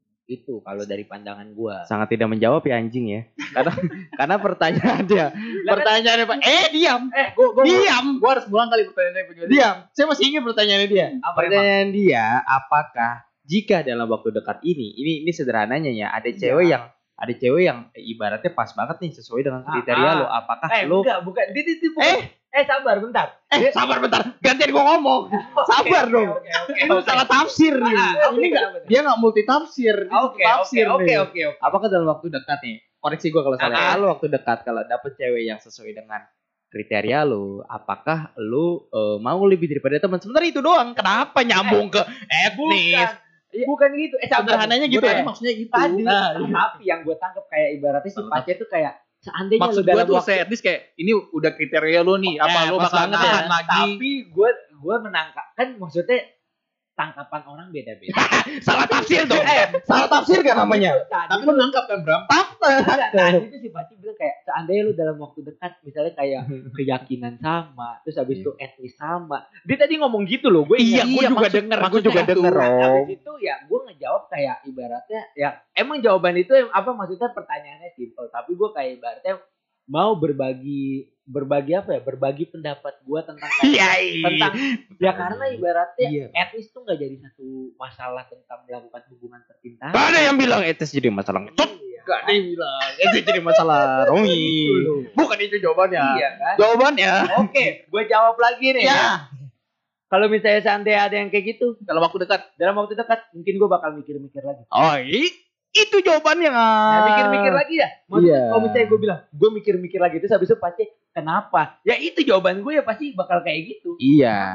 Itu kalau dari pandangan gue. Sangat tidak menjawab ya anjing ya. Karena karena pertanyaannya, pertanyaannya Pak, eh diam, Eh, gue gue diam, gue harus ngulang kali pertanyaannya bagaimana? diam. Saya masih ingat pertanyaannya dia. Apa Pertanyaan dia, apakah jika dalam waktu dekat ini, ini ini sederhananya ya, ada cewek yang ada cewek yang ibaratnya pas banget nih sesuai dengan kriteria Ah, ah. lo, apakah Eh, lo enggak, bukan. Dia, dia, dia, bukan. Eh. eh sabar bentar. eh sabar bentar, gantian gua ngomong. Sabar Oke, dong. Oke, oke. Lu salah tafsir nih. Ah, Ini enggak, dia enggak multi tafsir, dia Oke, satu tafsir oke, nih. oke, oke, oke. Apakah dalam waktu dekat nih? Koreksi gua kalau salah. Ah. Kalau waktu dekat kalau dapet cewek yang sesuai dengan kriteria lu, apakah lu eh, mau lebih daripada teman? Sebenarnya itu doang. Kenapa nyambung ke etnis? Bukan. Bukan gitu. Eh sabar. Sederhananya gitu Gua ya. tadi Maksudnya gitu. Tadi, Nah, tapi yang gue tangkap kayak ibaratnya si pacar tuh kayak seandainya Maksud lu gue dalam tuh waktu, setnis kayak ini udah kriteria lo nih, apa Eh, lo pas bakal banget nahan ya. lagi? tapi gue gue menangkap kan, maksudnya tangkapan orang beda-beda. Salah tafsir dong. Eh, Salah tafsir kan namanya? Tadi Tapi lo nangkap kan Bram? Enggak, tadi itu si Paci bilang kayak seandainya lu dalam waktu dekat misalnya kayak keyakinan sama, terus habis itu etnis sama. Dia tadi ngomong gitu loh, gue Iya, ingat. gue Iya, juga maksud- denger, gue maksudnya juga itu. denger. Nah, Om. habis itu ya gue ngejawab kayak ibaratnya ya emang jawaban itu em- apa maksudnya pertanyaannya simpel, tapi gue kayak ibaratnya mau berbagi berbagi apa ya berbagi pendapat gue tentang Iya, iya. tentang ya karena ibaratnya Iya. etnis tuh nggak jadi satu masalah tentang melakukan hubungan percintaan. Gak ada yang bilang etis jadi masalah ngecut. Iya. Gak ada yang bilang etis jadi masalah Romi. Gitu loh. Bukan itu jawabannya. Iya kan? Jawabannya. Oke, gue jawab lagi nih. Ya. Ya. Kalau misalnya seandainya ada yang kayak gitu, Dalam waktu dekat. dalam waktu dekat mungkin gue bakal mikir-mikir lagi. Oh, i- itu jawabannya. Nah, mikir-mikir lagi ya. Maksudnya Iya. kalau misalnya gue bilang, gue mikir-mikir lagi terus habis itu pasti kenapa? Ya itu jawaban gue ya pasti bakal kayak gitu. Iya.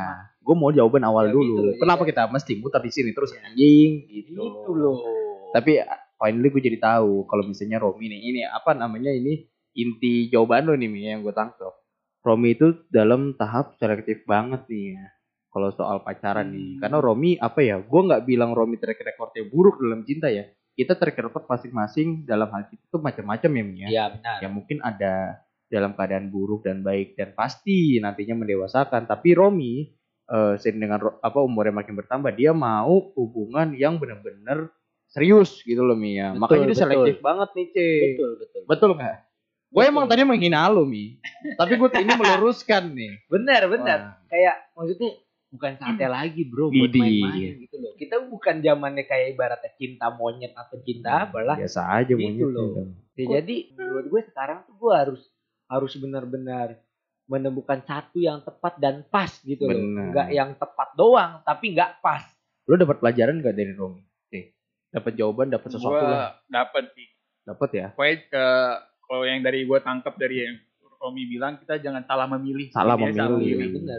gue mau jawaban awal Ya, dulu. gitu loh, Kenapa iya. kita mesti muter di sini terus anjing gitu. Gitu loh. Tapi finally gue jadi tahu kalau misalnya Romi nih, ini apa namanya ini inti jawaban lo nih Mi, yang gue tangkap. Romi itu dalam tahap selektif banget nih ya. Kalau soal pacaran Hmm. nih, karena Romi apa ya? Gue nggak bilang Romi track recordnya buruk dalam cinta ya. Kita track record masing-masing dalam hal itu tuh macam-macam ya Mi ya. Iya benar. Ya mungkin ada dalam keadaan buruk dan baik dan pasti nantinya mendewasakan. Tapi Romi eh, seiring dengan ro- apa umurnya makin bertambah, dia mau hubungan yang benar-benar serius gitu loh Mi ya. Betul, Makanya dia betul. selektif banget nih Ce. Betul betul. Betul nggak? Gue emang tadi menghina lo Mi, tapi gue ini meluruskan nih. Benar benar. Wah. Kayak maksudnya bukan saatnya lagi bro buat Idi. main-main gitu loh. Kita bukan zamannya kayak ibaratnya cinta monyet atau cinta apalah. Biasa aja Gitu monyetnya. loh. kan. Ya, jadi menurut gue sekarang tuh gue harus harus benar-benar menemukan satu yang tepat dan pas gitu loh. Benar. Enggak yang tepat doang tapi enggak pas. Lo dapat pelajaran nggak dari Romi? Oke. Dapat jawaban, dapat sesuatu Gue lah. dapet sih. Dapat ya. Pokoknya ke kalau yang dari gue tangkap dari yang Romi bilang, kita jangan salah memilih. Salah Intinya memilih. Benar.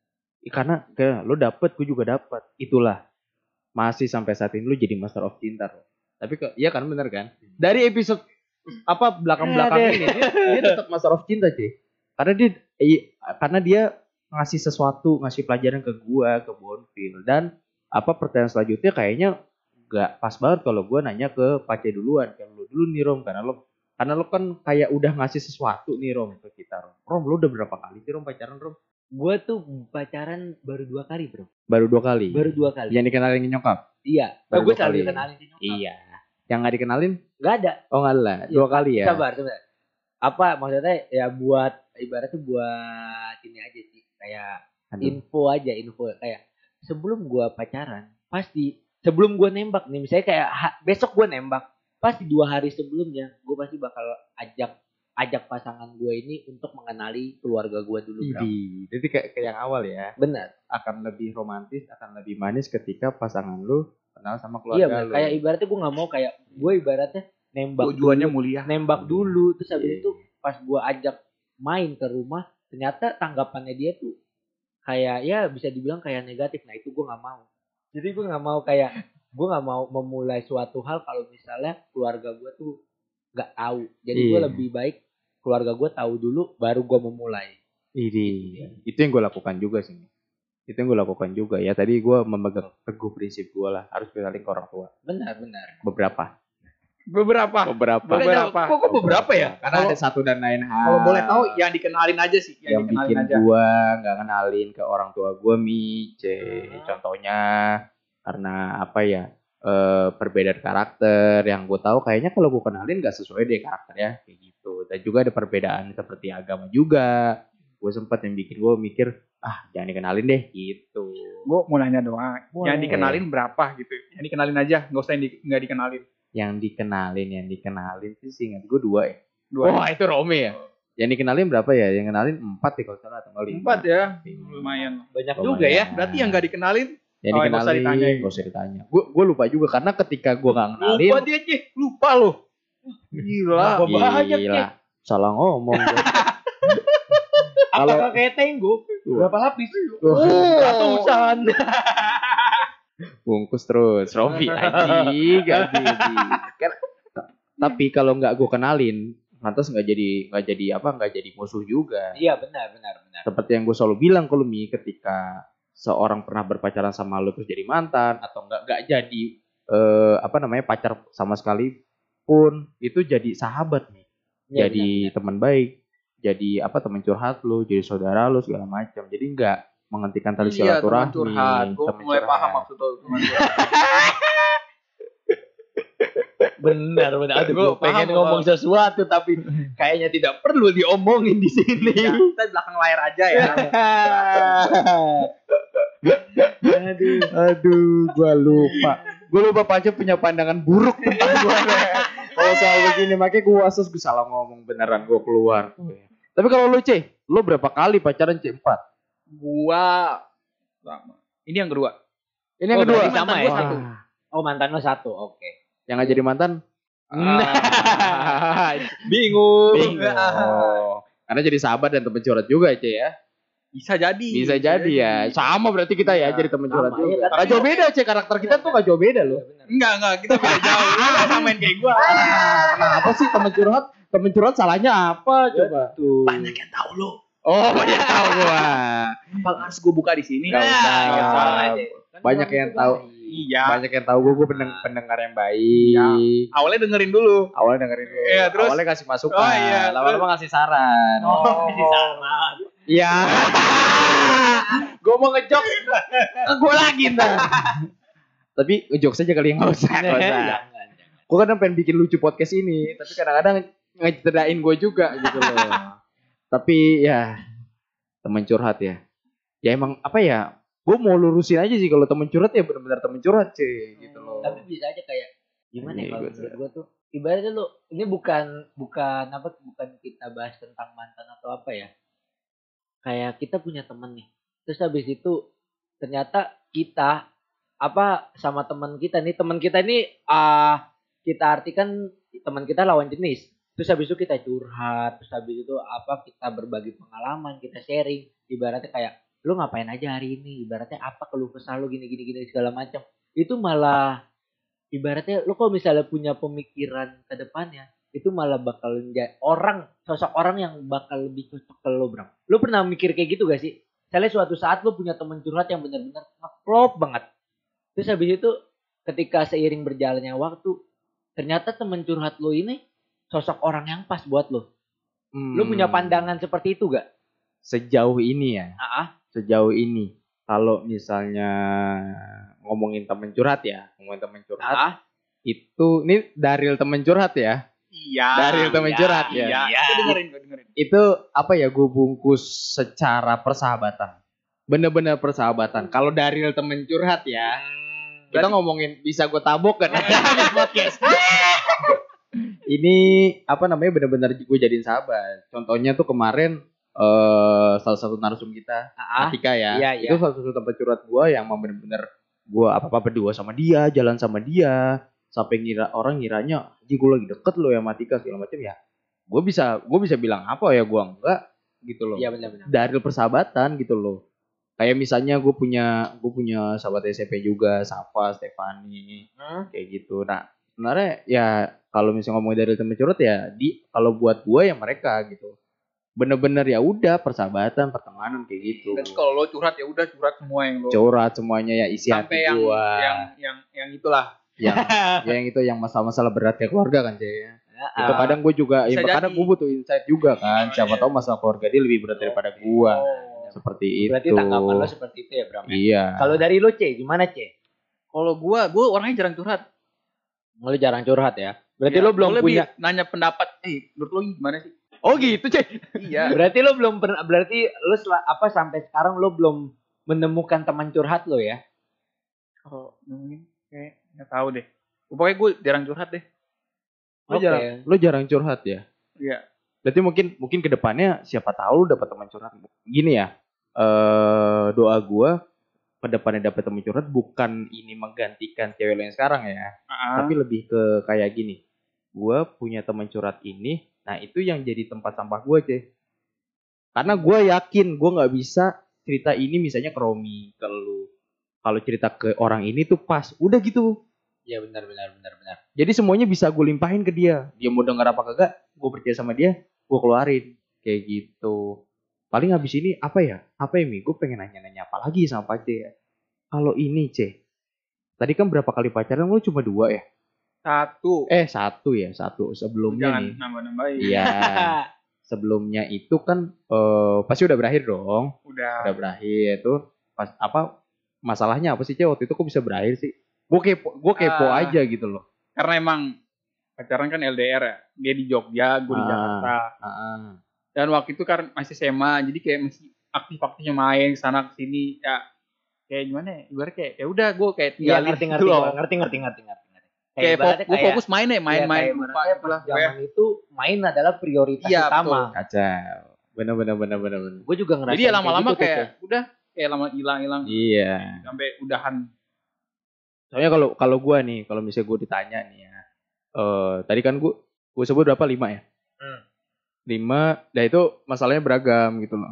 Karena kayak lo dapet, gue juga dapet. Itulah masih sampai saat ini lo jadi master of cinta. Bro. Tapi ke, iya kan bener kan? Dari episode apa belakang-belakang ini dia, dia tetap master of cinta cuy. Karena dia i- karena dia ngasih sesuatu, ngasih pelajaran ke gua, ke Bonfil, dan apa pertanyaan selanjutnya kayaknya gak pas banget kalau gua nanya ke Pace duluan. Kayak lu dulu nih Rom, karena lo karena lo kan kayak udah ngasih sesuatu nih Rom ke kita Rom. Rom lo udah berapa kali sih Rom pacaran Rom? Gue tuh pacaran baru dua kali bro. Baru dua kali. Baru dua kali. Yang dikenalin nyokap. Iya. Baru Gue dua selalu kali. dikenalin ke nyokap. Iya. Yang nggak dikenalin? Gak ada. Oh nggak lah. Iya, Dua kali ya. Sabar, sabar. Apa maksudnya ya buat ibaratnya buat ini aja sih kayak Aduh. info aja info kayak sebelum gua pacaran pasti sebelum gua nembak nih misalnya kayak ha- besok gua nembak pasti dua hari sebelumnya gua pasti bakal ajak ajak pasangan gua ini untuk mengenali keluarga gua dulu bro. Idi. Jadi kayak, kayak yang awal ya. Benar. Akan lebih romantis, akan lebih manis ketika pasangan lu kenal sama Iya keluarga benar. lu. Kayak ibaratnya gua nggak mau kayak gua ibaratnya nembak Tujuannya dulu, mulia. nembak dulu terus habis Iya. itu pas gua ajak main ke rumah ternyata tanggapannya dia tuh kayak ya bisa dibilang kayak negatif. Nah itu gua nggak mau. Jadi gua nggak mau kayak gua nggak mau memulai suatu hal kalau misalnya keluarga gua tuh nggak tahu. Jadi gua Iya. lebih baik keluarga gua tahu dulu baru gua memulai. Idi. Itu yang gue lakukan juga sih. Itu yang gue lakukan juga ya. Tadi gue memegang teguh prinsip gue lah. Harus kenalin ke orang tua. Benar benar. Beberapa. Beberapa. Beberapa. Beberapa. Kok, kok beberapa ya? Karena ada satu dan lain hal. Kalau boleh tahu yang dikenalin aja sih, yang, yang dikenalin bikin aja. gua nggak kenalin ke orang tua gua Mi, C. Hmm. Contohnya karena apa ya? eh, perbedaan karakter yang gue tahu kayaknya kalau gue kenalin nggak sesuai deh karakternya kayak gitu. Dan juga ada perbedaan seperti agama juga. Gue sempat yang bikin gue mikir ah jangan dikenalin deh gitu. Gue mau nanya doang. Boleh. Yang dikenalin berapa gitu? Yang dikenalin aja, nggak usah yang di, nggak dikenalin. Yang dikenalin yang dikenalin sih seingat gue dua ya. Dua. Wah itu Romi ya. Yang dikenalin berapa ya? Yang kenalin empat ya kalau salah atau nggak lima? Empat ya, Lima. lumayan. Banyak Lumayan. juga ya. Berarti yang nggak dikenalin, Yang Oh, nggak usah dikenalin ditanyain. nggak usah ditanya. Gue gue lupa juga karena ketika gue nggak kenalin. lupa dia Cih, lupa loh. Gila. Apa banyak, Gila. Cik? Salah ngomong gua. Apakah Kalau- kayak tenggo? Berapa lapis? Wah, Ratusan. bungkus terus. Robi anjing, anjing. Kan- Tapi kalau nggak gue kenalin, lantas nggak jadi nggak jadi apa nggak jadi musuh juga. Iya benar benar benar. Seperti yang gue selalu bilang ke lu Mi, ketika seorang pernah berpacaran sama lu terus jadi mantan atau nggak nggak jadi eh, apa namanya pacar sama sekali pun itu jadi sahabat nih. Iya, jadi teman baik, jadi apa teman curhat lu, jadi saudara lu segala macam. Jadi nggak menghentikan tali Iya, teman silaturahmi. curhat. Gue teman mulai curhat. paham maksud lo. teman curhat. benar benar. Aduh, Gua gue pengen paham, ngomong sesuatu tapi kayaknya tidak perlu diomongin di sini. Ya, kita di belakang layar aja ya. Aduh. Aduh, gua lupa. Gua lupa Pace punya pandangan buruk tentang gua. Kalau soal begini makanya gua asus gua salah ngomong beneran gua keluar. Tapi kalau lu C, lu berapa kali pacaran C empat? Gua sama. Ini yang kedua. Ini yang Oh, kedua. berarti sama ya? Wah, Satu. Oh mantan lo satu, oke. yang nggak jadi mantan? Nah. Bingung. Bingung. Karena jadi sahabat dan teman curhat juga C ya. Bisa jadi. Bisa jadi ya. Sama berarti kita ya, Iya, jadi teman curhat sama, juga. iya kan? Gak jauh beda, Cek. Karakter kita tuh gak jauh beda loh. Enggak, enggak, kita beda jauh. Lu gak samain kayak gua. Kenapa sih teman curhat? Teman curhat salahnya apa coba? Tuh. Banyak yang tahu lu. Oh, banyak tahu gua. Apa harus gua buka di sini? Nggak usah. Nggak salah aja. Banyak yang tahu. Iya. Banyak yang tahu gue, gue pendeng- pendengar yang baik. Iya. Awalnya dengerin dulu. Awalnya dengerin dulu. Iya, terus? Awalnya kasih masukan. Oh, iya, Lama-lama kasih saran. Oh. Iya. Gue mau ngejok. Gue lagi ntar. Tapi ngejok saja kali yang nggak usah. Nggak usah. Gue kadang pengen bikin lucu podcast ini, tapi kadang-kadang ngecedain gue juga gitu loh. Tapi ya teman curhat ya. Ya emang apa ya? Gue mau lurusin aja sih kalau temen curhat ya benar-benar temen curhat sih gitu loh. Tapi bisa aja kayak gimana ya Iya, kalau gua menurut gue tuh ibaratnya lu ini bukan bukan apa bukan kita bahas tentang mantan atau apa ya. Kayak kita punya temen nih. Terus habis itu ternyata kita apa sama teman kita nih, teman kita ini ah kita artikan teman kita lawan jenis. Terus habis itu kita curhat, terus habis itu apa kita berbagi pengalaman, kita sharing. Ibaratnya kayak lu ngapain aja hari ini, ibaratnya apa keluh kesah lu gini gini gini segala macam. Itu malah ibaratnya lu kalau misalnya punya pemikiran ke depannya, itu malah bakal menjadi orang, sosok orang yang bakal lebih cocok ke lu, Bram. Lu pernah mikir kayak gitu gak sih? Misalnya suatu saat lu punya teman curhat yang benar-benar ngeklop banget. Terus habis itu ketika seiring berjalannya waktu, ternyata teman curhat lu ini sosok orang yang pas buat lu. Hmm. Lu punya pandangan seperti itu gak? Sejauh ini ya. Ah, Sejauh ini kalau misalnya ngomongin temen curhat ya, ngomongin temen curhat ah, itu ini Daril temen curhat ya. Iya. Dari temen iya, curhat ya. Iya. Iya. Gue dengerin, gue dengerin. Itu apa ya, gue bungkus secara persahabatan. Bener-bener persahabatan. Kalau Daril temen curhat ya, Hmm, kita berarti- ngomongin bisa gue tabok kan di podcast. Ini apa namanya, bener-bener gue jadiin sahabat. Contohnya tuh kemarin eh salah satu narsum kita, ah, Atika ya, iya, iya. itu salah satu tempat curhat gue yang emang bener-bener gue apa-apa berdua sama dia, jalan sama dia, sampai ngira orang ngiranya, ji gue lagi deket loh ya sama Atika segala macam ya. Gue bisa gue bisa bilang apa ya, gue enggak gitu loh. Iya benar-benar. Dari persahabatan gitu loh. Kayak misalnya gue punya gue punya sahabat S M P juga, Safa, Stefani, Hmm? kayak gitu. Nah sebenarnya ya kalau misalnya ngomongin dari temen curhat ya, di kalau buat gue ya mereka gitu. Bener-bener ya udah persahabatan, pertemanan kayak gitu. Berarti kalau lo curhat ya udah curhat semua yang lo. Curhat semuanya ya, isi hati Sampai yang, gue. yang yang yang itulah. Yang, ya yang itu yang masalah-masalah berat kayak keluarga kan, Cey. Ah, Itu kadang gue juga, ya Bisa kadang jadi. gue butuh insight juga kan. Oh, Siapa iya. tahu masalah keluarga dia lebih berat daripada gue. Oh. Seperti itu. Berarti tanggapan lo seperti itu ya, Bram? Iya. Kalau dari lo, C, gimana, C? Kalau gua, gua orangnya jarang curhat. Lo jarang curhat ya? Berarti Ya, lo belum gua lebih punya. nanya pendapat. Eh, menurut lo gimana sih? Oh gitu, Cey. Iya. Berarti lo belum pernah. Berarti lo sel- apa sampai sekarang lo belum menemukan teman curhat lo ya? Kalau ngomongin kayak nggak tahu deh. Pokoknya gue jarang curhat deh. Lo Oke. jarang, lo jarang curhat ya. Iya. Berarti mungkin mungkin kedepannya siapa tahu lu dapat teman curhat. Gini ya, eh doa gua kedepannya dapat teman curhat bukan ini menggantikan cewek lo yang sekarang ya, Ah, tapi lebih ke kayak gini. Gua punya teman curhat ini, nah itu yang jadi tempat sampah gua, Ceh. Karena gua yakin gua nggak bisa cerita ini misalnya ke Romi, ke lu. Kalau cerita ke orang ini tuh pas, udah gitu. Iya benar benar benar benar. Jadi semuanya bisa gue limpahin ke dia. Dia mau denger apa kagak, gue percaya sama dia, gue keluarin. Kayak gitu. Paling habis ini apa ya? Apa ya, Mi? Gue pengen nanya-nanya apa lagi sama Pace ya. Kalau ini, C. Tadi kan berapa kali pacaran lu cuma dua ya? satu. Eh, satu ya, satu. Sebelumnya Jangan nih. nambah-nambahin. Iya. Sebelumnya itu kan eh, pasti udah berakhir dong. Udah. Udah berakhir tuh. Pas apa masalahnya apa sih, C? Waktu itu kok bisa berakhir sih? Gue kepo, gue kepo Ah. aja gitu loh. Karena emang pacaran kan L D R ya. Dia di Jogja, gue di Ah. Jakarta. Heeh. Dan waktu itu kan masih S M A, jadi kayak masih aktif-aktifnya main sana ke sini. Ya kayak gimana ya? Ibarat kayak ya udah gue kayak Iya tinggalin ngerti gitu ngerti loh. gua, ngerti ngerti ngerti ngerti ngerti. Kayak ibaratnya gue fokus main ya, iya, main-main. kayak lupa ibaratnya itulah. pas zaman itu main adalah prioritas Iya, utama. Kacau. Bener bener bener bener bener. Gue juga ngerasain Jadi ya lama-lama gitu tuh, kayak udah kayak lama hilang-hilang Iya. sampai udahan. Soalnya kalau kalau gue nih, kalau misalnya gue ditanya nih ya, eh tadi kan gue gue sebut berapa, lima ya? Hmm. Lima, dan itu masalahnya beragam gitu loh.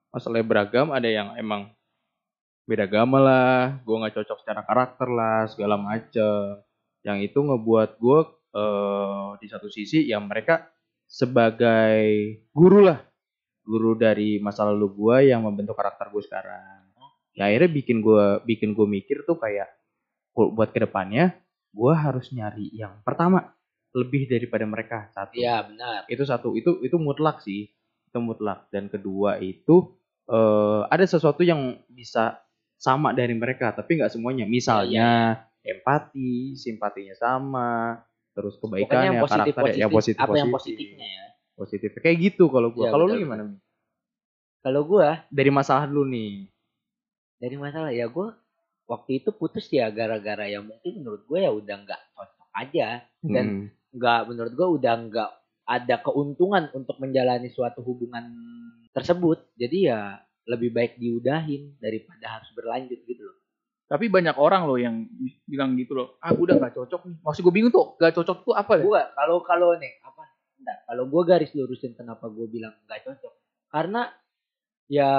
masalahnya beragam, ada yang emang beda agama lah, gue nggak cocok secara karakter lah, segala macem. Yang itu ngebuat gue eh, di satu sisi yang mereka sebagai guru lah, guru dari masa lalu gue yang membentuk karakter gue sekarang. Ya akhirnya bikin gue bikin gue mikir tuh kayak buat kedepannya gue harus nyari yang pertama lebih daripada mereka satu. Iya benar. Itu satu, itu itu mutlak sih, itu mutlak. Dan kedua itu eh, ada sesuatu yang bisa sama dari mereka, tapi nggak semuanya. Misalnya ya, ya. empati, simpatinya sama, terus kebaikannya, positif, karakternya, positif, ya positif, apa positif, yang positifnya ya. Positif, kayak gitu kalau gue. Ya, kalau lu betul, gimana? Kalau gue dari masalah dulu nih. Dari masalah ya gue waktu itu putus ya gara-gara ya mungkin menurut gue ya udah nggak cocok aja dan nggak hmm. menurut gue udah nggak ada keuntungan untuk menjalani suatu hubungan tersebut. Jadi ya lebih baik diudahin daripada harus berlanjut gitu loh. Tapi banyak orang loh yang bilang gitu loh, ah gue udah gak cocok nih. Maksud gue bingung tuh, gak cocok tuh apa ya? Gue kalau kalau nih apa? Enggak, kalau gue garis lurusin kenapa gue bilang gak cocok. Karena ya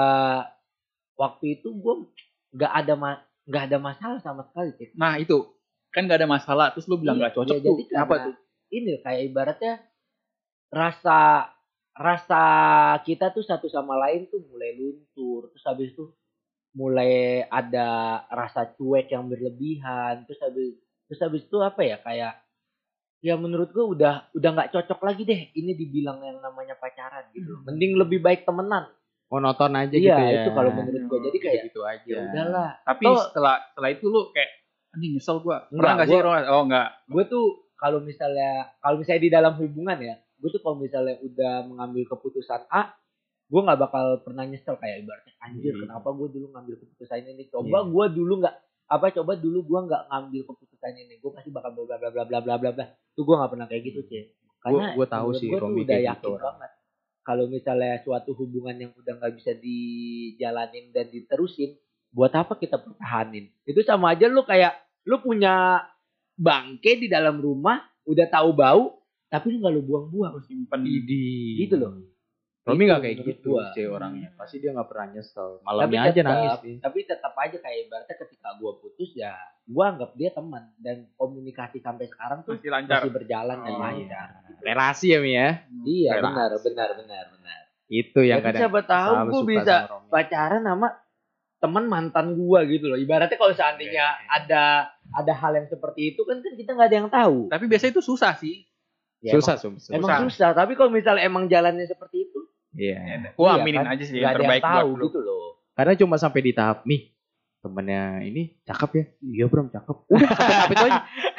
waktu itu gue nggak ada ma- nggak ada masalah sama sekali. Cik. Nah itu kan gak ada masalah, terus lu bilang iya, gak cocok ya, tuh. Jadi kenapa tuh? Ini kayak ibaratnya rasa rasa kita tuh satu sama lain tuh mulai luntur, terus habis itu mulai ada rasa cuek yang berlebihan, terus habis terus habis itu apa ya kayak ya menurut gue udah udah nggak cocok lagi deh ini dibilang yang namanya pacaran gitu. Hmm. Mending lebih baik temenan. Monoton aja iya, gitu ya. Iya itu kalau menurut gue jadi kayak gitu aja. Ya udahlah. Tapi Toh, setelah setelah itu lu kayak anjing nyesel gue. Pernah nggak sih Ron? Oh enggak. Gue tuh kalau misalnya kalau misalnya di dalam hubungan ya, gue tuh kalau misalnya udah mengambil keputusan A, gue nggak bakal pernah nyesel kayak ibaratnya anjir hmm. kenapa gue dulu ngambil keputusan ini. Coba yeah. gue dulu nggak apa coba dulu gue nggak ngambil keputusan ini, gue pasti bakal bla bla bla bla bla bla bla. Tuh gue nggak pernah kayak gitu sih. Karena gue tahu sih gue tuh udah yakin gitu banget kalau misalnya suatu hubungan yang udah nggak bisa dijalanin dan diterusin, buat apa kita pertahanin? Itu sama aja lu kayak lu punya bangke di dalam rumah, udah tahu bau, tapi lu nggak lu buang-buang, simpen di, gitu loh. Romi nggak kayak gitu sih orangnya, pasti dia nggak pernah nyesel, malamnya aja nangis sih. Tapi tetap aja kayak ibaratnya ketika gua putus ya, gua anggap dia teman dan komunikasi sampai sekarang tuh masih lancar, masih berjalan oh, dan lancar. Gitu. Relasi ya Mi ya? Iya relasi. benar benar benar benar. Itu yang kadang. Siapa tahu gua bisa pacaran sama teman mantan gua gitu loh. Ibaratnya kalau seandainya okay. ada ada hal yang seperti itu kan kan kita nggak ada yang tahu. Tapi biasanya itu susah sih. Ya, susah, emang, susah. Emang susah. Tapi kalau misalnya emang jalannya seperti itu, iya. Yeah. Gua aminin kan? aja sih yang terbaik buat lu. Gitu loh. Karena cuma sampai di tahap nih temennya ini cakep ya. Iya Bram cakep. Udah sampai tahap itu aja.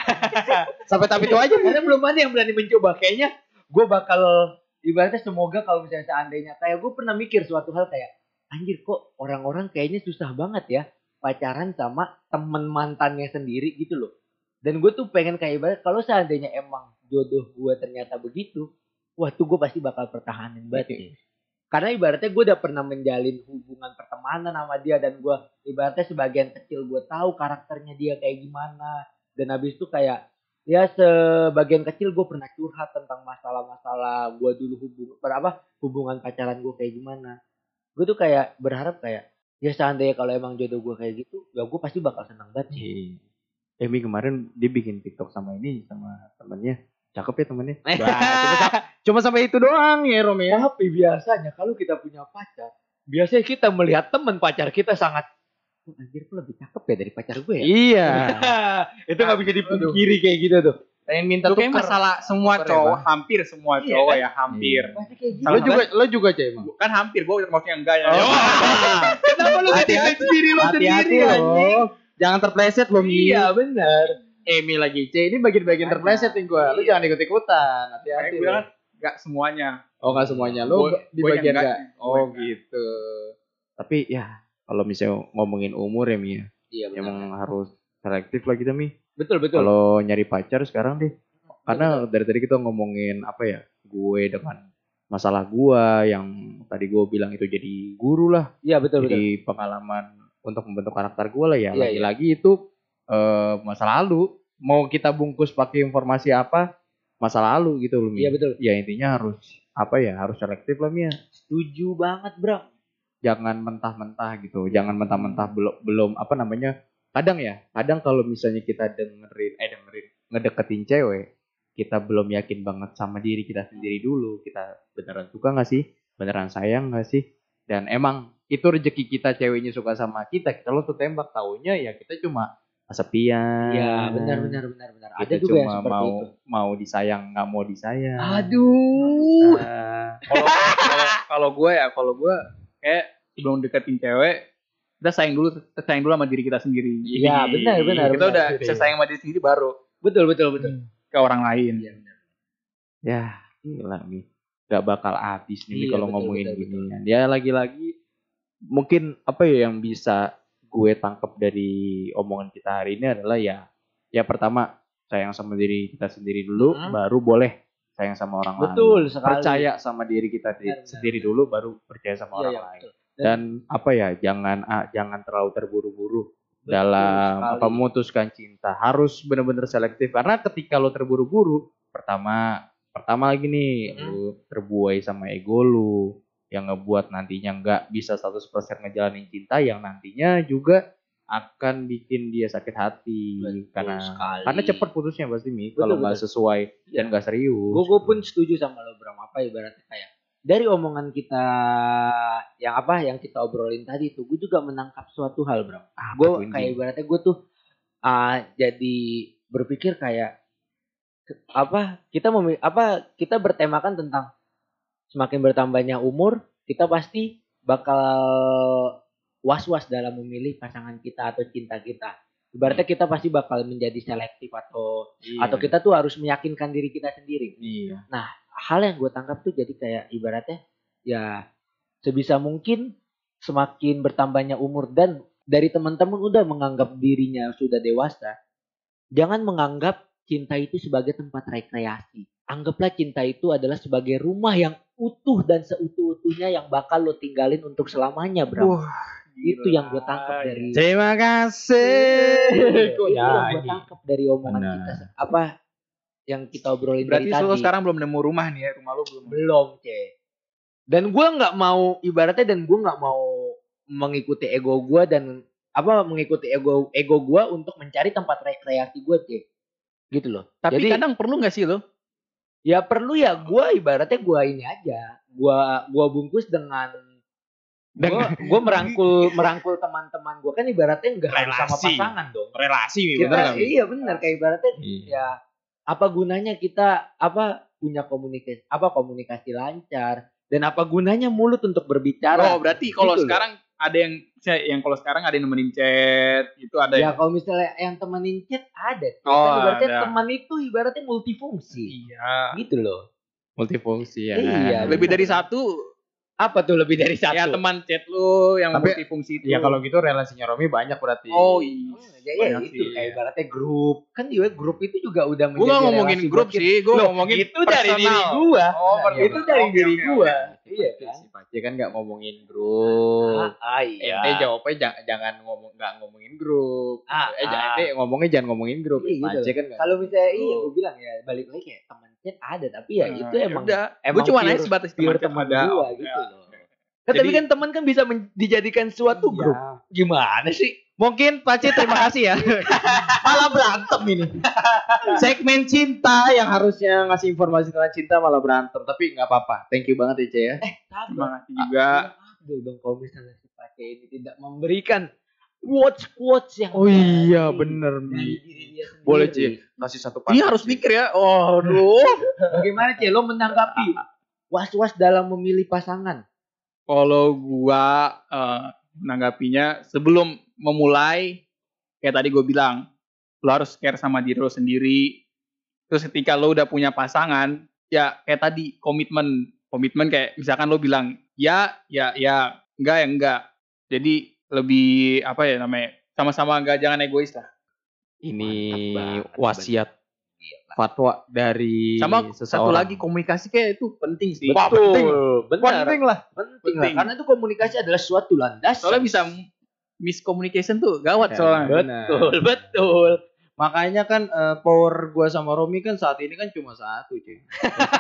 Sampai tahap itu aja. Karena belum ada yang berani mencoba. Kayaknya gue bakal ibaratnya semoga kalau misalnya seandainya kayak gue pernah mikir suatu hal kayak anjir kok orang-orang kayaknya susah banget ya pacaran sama temen mantannya sendiri gitu loh. Dan gue tuh pengen kayak ibarat kalau seandainya emang jodoh gue ternyata begitu, wah tuh gue pasti bakal pertahanin banget. Okay. Karena ibaratnya gue udah pernah menjalin hubungan pertemanan sama dia dan gue ibaratnya sebagian kecil gue tahu karakternya dia kayak gimana. Dan habis itu kayak ya sebagian kecil gue pernah curhat tentang masalah-masalah gue dulu hubungan berapa hubungan pacaran gue kayak gimana. Gue tuh kayak berharap kayak ya seandainya kalau emang jodoh gue kayak gitu, ya gue pasti bakal senang banget sih. Emi kemarin dia bikin TikTok sama ini sama temennya. Cakep ya temennya. Cuma, cuma sampai itu doang ya Rom ya. Tapi biasanya kalau kita punya pacar, biasanya kita melihat teman pacar kita sangat oh, anjir tuh lebih cakep ya dari pacar gue ya. Iya. Itu nggak bisa dipungkiri kayak gitu tuh. Pengen minta tuh kayak masalah semua cowok, ya, hampir semua iya, cowok kan? Ya hampir. Iya. Lo juga lo juga cewek emang. Kan hampir gue maksudnya enggak ya. Oh. Kenapa lu ngetik sendiri lo sendiri anjing? Jangan terpleset lo Mi. Iya benar. Emi lagi C ini bagian-bagian terpleset nih gue. Lu jangan ikut-ikutan. Hati-hati. Gue bilang enggak semuanya. Oh enggak semuanya. Lu gua, di bagian enggak. Oh enggak. Gitu. Tapi ya kalau misalnya ngomongin umur ya Mi ya. Iya benar. Emang harus selektif lah kita Mi. Betul betul. Kalau nyari pacar sekarang deh. Karena betul. Dari tadi kita ngomongin apa ya? Gue dengan masalah gue yang tadi gue bilang itu jadi guru lah. Iya betul jadi betul. pengalaman untuk membentuk karakter gue lah ya. Iya, Lagi-lagi iya. itu uh, masa lalu. Mau kita bungkus pakai informasi apa? Masa lalu gitu loh Mi. Iya betul. Ya intinya harus apa ya? Harus selektif lah Mi ya. Setuju banget bro. jangan mentah-mentah gitu, jangan mentah-mentah belum belum apa namanya. Kadang ya, kadang kalau misalnya kita dengerin eh dengerin ngedeketin cewek, kita belum yakin banget sama diri kita sendiri dulu, kita beneran suka nggak sih, beneran sayang nggak sih, dan emang itu rezeki kita ceweknya suka sama kita, kita lo tuh tembak, taunya ya kita cuma kesepian. Iya, benar benar benar benar. Kita Ada juga cuma yang seperti mau itu. mau disayang nggak mau disayang. Aduh. Nah, Kalau kalau kalau gue ya, kalau gue kayak sebelum deketin cewek, kita sayang dulu, kita sayang dulu sama diri kita sendiri. Iya, benar benar. Kita benar. udah bisa sayang sama diri sendiri baru Betul betul betul. ke orang lain. Iya benar. ya gila nih, nggak bakal habis nih Iya, kalau betul, ngomongin betul, ginian. Ya lagi-lagi mungkin apa ya yang bisa gue tangkap dari omongan kita hari ini adalah ya, ya pertama sayang sama diri kita sendiri dulu, Hmm. baru boleh sayang sama orang lain. Betul sekali. Percaya sama diri kita di- Benar, benar, sendiri benar. dulu, baru percaya sama Iya, orang iya, lain. betul. Dan apa ya, jangan ah, jangan terlalu terburu-buru Betul dalam sekali. apa memutuskan cinta. Harus benar-benar selektif, karena ketika lo terburu-buru, pertama pertama lagi nih, Hmm. lu terbuai sama ego lu yang ngebuat nantinya nggak bisa seratus persen ngejalanin cinta, yang nantinya juga akan bikin dia sakit hati. Betul karena sekali. karena cepet putusnya pasti Mi, Betul, kalau nggak betul. sesuai Iya. dan nggak serius. Gue pun setuju sama lo Bram, apa ibaratnya kayak dari omongan kita yang apa yang kita obrolin tadi tuh, gue juga menangkap suatu hal Bram. Apa Gue tuh, kayak anjing? ibaratnya gue tuh ah, jadi berpikir kayak ke- apa kita memi- apa kita bertemakan tentang semakin bertambahnya umur, kita pasti bakal was-was dalam memilih pasangan kita atau cinta kita. Ibaratnya kita pasti bakal menjadi selektif atau Iya. atau kita tuh harus meyakinkan diri kita sendiri. Iya. Hal yang gue tangkap tuh jadi kayak ibaratnya ya sebisa mungkin semakin bertambahnya umur dan dari teman-teman udah menganggap dirinya sudah dewasa, jangan menganggap cinta itu sebagai tempat rekreasi. Anggaplah cinta itu adalah sebagai rumah yang utuh dan seutuh-utuhnya yang bakal lo tinggalin untuk selamanya, Bro. Wah, Itu gila. yang gue tangkap dari Terima kasih. itu Ya, yang gue ini. tangkap dari omongan Benar. kita. Apa yang kita obrolin Berarti dari lo tadi. sekarang belum nemu rumah nih ya, rumah lo belum. Belum, C. Dan gue nggak mau ibaratnya dan gue nggak mau mengikuti ego gue dan apa mengikuti ego ego gue untuk mencari tempat rekreasi gue, C. Gitu loh. Tapi Jadi kadang perlu nggak sih lo? ya perlu ya gue ibaratnya gue ini aja. Gue gua bungkus dengan gue gue merangkul merangkul teman-teman gue kan ibaratnya nggak harus sama Relasi. pasangan dong. Relasi Mi, Kita bener nggak, Mi? iya benar kayak ibaratnya Iya. ya apa gunanya kita apa punya komunikasi apa komunikasi lancar dan apa gunanya mulut untuk berbicara. Oh, berarti kalau Gitu loh. sekarang ada yang yang kalau sekarang ada yang nemenin chat, itu ada Ya yang kalau misalnya yang temenin chat ada. Oh, Kan ibaratnya ada. teman itu ibaratnya multifungsi. iya. Gitu loh. Multifungsi ya. Iya, Lebih benar. dari satu, Apa tuh lebih dari satu? ya teman chat lo yang Tapi- multifungsi itu. Ya kalau gitu relasinya Romi banyak berarti. Oh iya. Hmm, ya, ya Banyak itu sih, kayak iya. ibaratnya grup. Kan juga grup itu juga udah Gue menjadi gak ngomongin relasi grup buat kita. sih, gue Loh, ngomongin itu dari diri personal. gua. Oh, Nah, personal. itu dari Oke, diri oke, gua. oke. Iya kan? Si Pace kan nggak ngomongin grup. Ah, ah, iya. Ente jawabnya jangan, jangan ngomong nggak ngomongin grup. Ah, eh jangan ah. ente ngomongnya jangan ngomongin grup. Iya, Pace gitu. kan nggak. Kalau misalnya iya Grup. gue bilang ya balik lagi kayak teman chat ada tapi ya Nah, itu emang udah. emang Gue cuma pure- nanya sebatas pure teman chat teman ada. gua Oh, gitu ya. loh. Kan tapi Jadi- kan teman kan bisa men- dijadikan suatu Iya. grup. Gimana sih? Mungkin Pace terima kasih ya. Malah berantem ini. Segmen cinta yang harusnya ngasih informasi tentang cinta malah berantem. Tapi nggak apa-apa. Thank you banget ya Ce ya. Sabar. Terima kasih juga. Aduh dong kalau misalnya si Pace ini tidak memberikan quotes quotes yang Oh iya dari- bener dari Mi. diri dia sendiri. Boleh Ce. Kasih satu Dia harus mikir ya. Oh, aduh. Bagaimana Cie lo menanggapi was-was dalam memilih pasangan? Kalau gua eh, menanggapinya sebelum memulai, kayak tadi gue bilang, lo harus care sama diri lo sendiri. Terus ketika lo udah punya pasangan, ya kayak tadi komitmen, komitmen kayak misalkan lo bilang ya, ya, ya, enggak ya enggak. Jadi lebih apa ya namanya, sama-sama enggak, jangan egois lah. Ini Mantap banget, wasiat Iya, Pak. fatwa dari Sama seseorang. satu lagi komunikasi kayak itu penting sih. Wah, penting. benar. Penting lah. Penting lah Penting. karena itu komunikasi adalah suatu landasan. Soalnya bisa miscommunication tuh gawat Ya, soalnya. benar. betul, betul. Makanya kan eh, power gua sama Romi kan saat ini kan cuma satu cuy.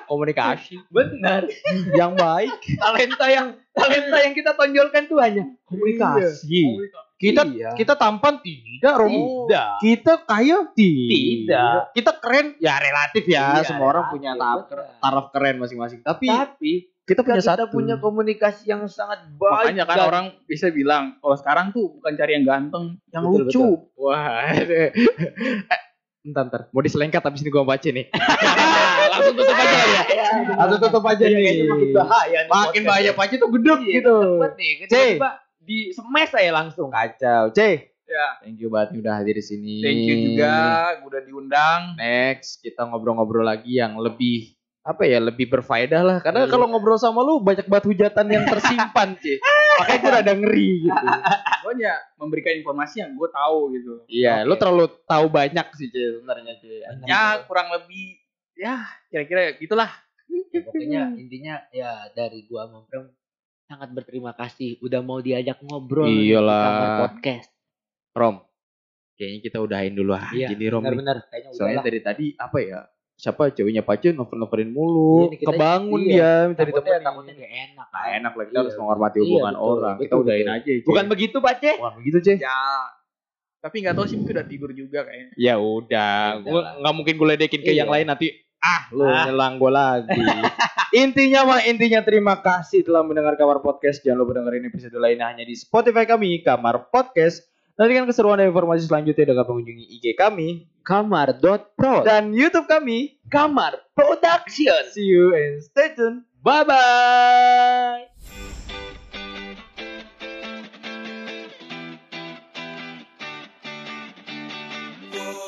Komunikasi Benar. yang baik. Talenta yang talenta yang kita tonjolkan tuh hanya Komunikasi. Kita Iya. kita tampan tidak, Romo. Tidak. Kita kaya tidak. Tidak. Kita keren ya relatif ya. Iya, Semua orang relatif, punya tahap betul. taraf keren masing-masing. Tapi Tapi kita punya kita satu. punya komunikasi yang sangat baik. Makanya kan dan- orang bisa bilang kalau sekarang tuh bukan cari yang ganteng, yang Betul, lucu. Wah. eh, Entar, entar. Mau diselengkat habis ini gua baca nih. Langsung tutup aja lah ya. Langsung tutup aja nih. Kayaknya makin bahaya nih Makin podcast. banyak baca tuh gedek Iya, gitu. cepet nih. C. Tiba-tiba di smash saya langsung. Kacau. C. Ya. Thank you banget udah hadir di sini. Thank you juga udah diundang. Next, kita ngobrol-ngobrol lagi yang lebih apa ya, lebih berfaedah lah. Karena Iya. kalau ngobrol sama lu banyak banget hujatan yang tersimpan, C. Makanya gue rada ngeri gitu. Pokoknya memberikan informasi yang gue tahu gitu. Iya, Oke. lu terlalu tahu banyak sih, C, sebenarnya, C. Ya kurang lebih ya kira-kira gitulah. Ya, pokoknya intinya ya dari gua sama Bram sangat berterima kasih udah mau diajak ngobrol nih di Iyalah. Kamar podcast. Rom, kayaknya kita udahin dulu aja Iya, nih, Rom. nih. Benar-benar kayaknya udah Soalnya lah. dari tadi apa ya? Siapa ceweknya Pace nelfon-nelfonin mulu. Iya, nih, kita- Kebangun iya. dia minta Takutnya, ditemenin. takutnya gak enak. Nah, enak lah, kita Iya, harus menghormati iya, hubungan betul, orang. betul, kita udahin betul. aja, C. Bukan begitu, Pak C? Bukan begitu, C. Ya. Tapi nggak tahu sih mungkin udah tidur juga kayaknya. Ya udah, Udah gua lah. nggak mungkin gue ledekin ke Iya. yang lain nanti. Ah, lu Ah. nyelang gue lagi. Intinya mah intinya terima kasih telah mendengar Kamar Podcast. Jangan lupa dengerin episode lainnya hanya di Spotify kami, Kamar Podcast. Nantikan keseruan dan informasi selanjutnya dengan mengunjungi I G kami Kamar dot pro dan YouTube kami. Kamar Production. See you and stay tuned. Bye bye. Whoa.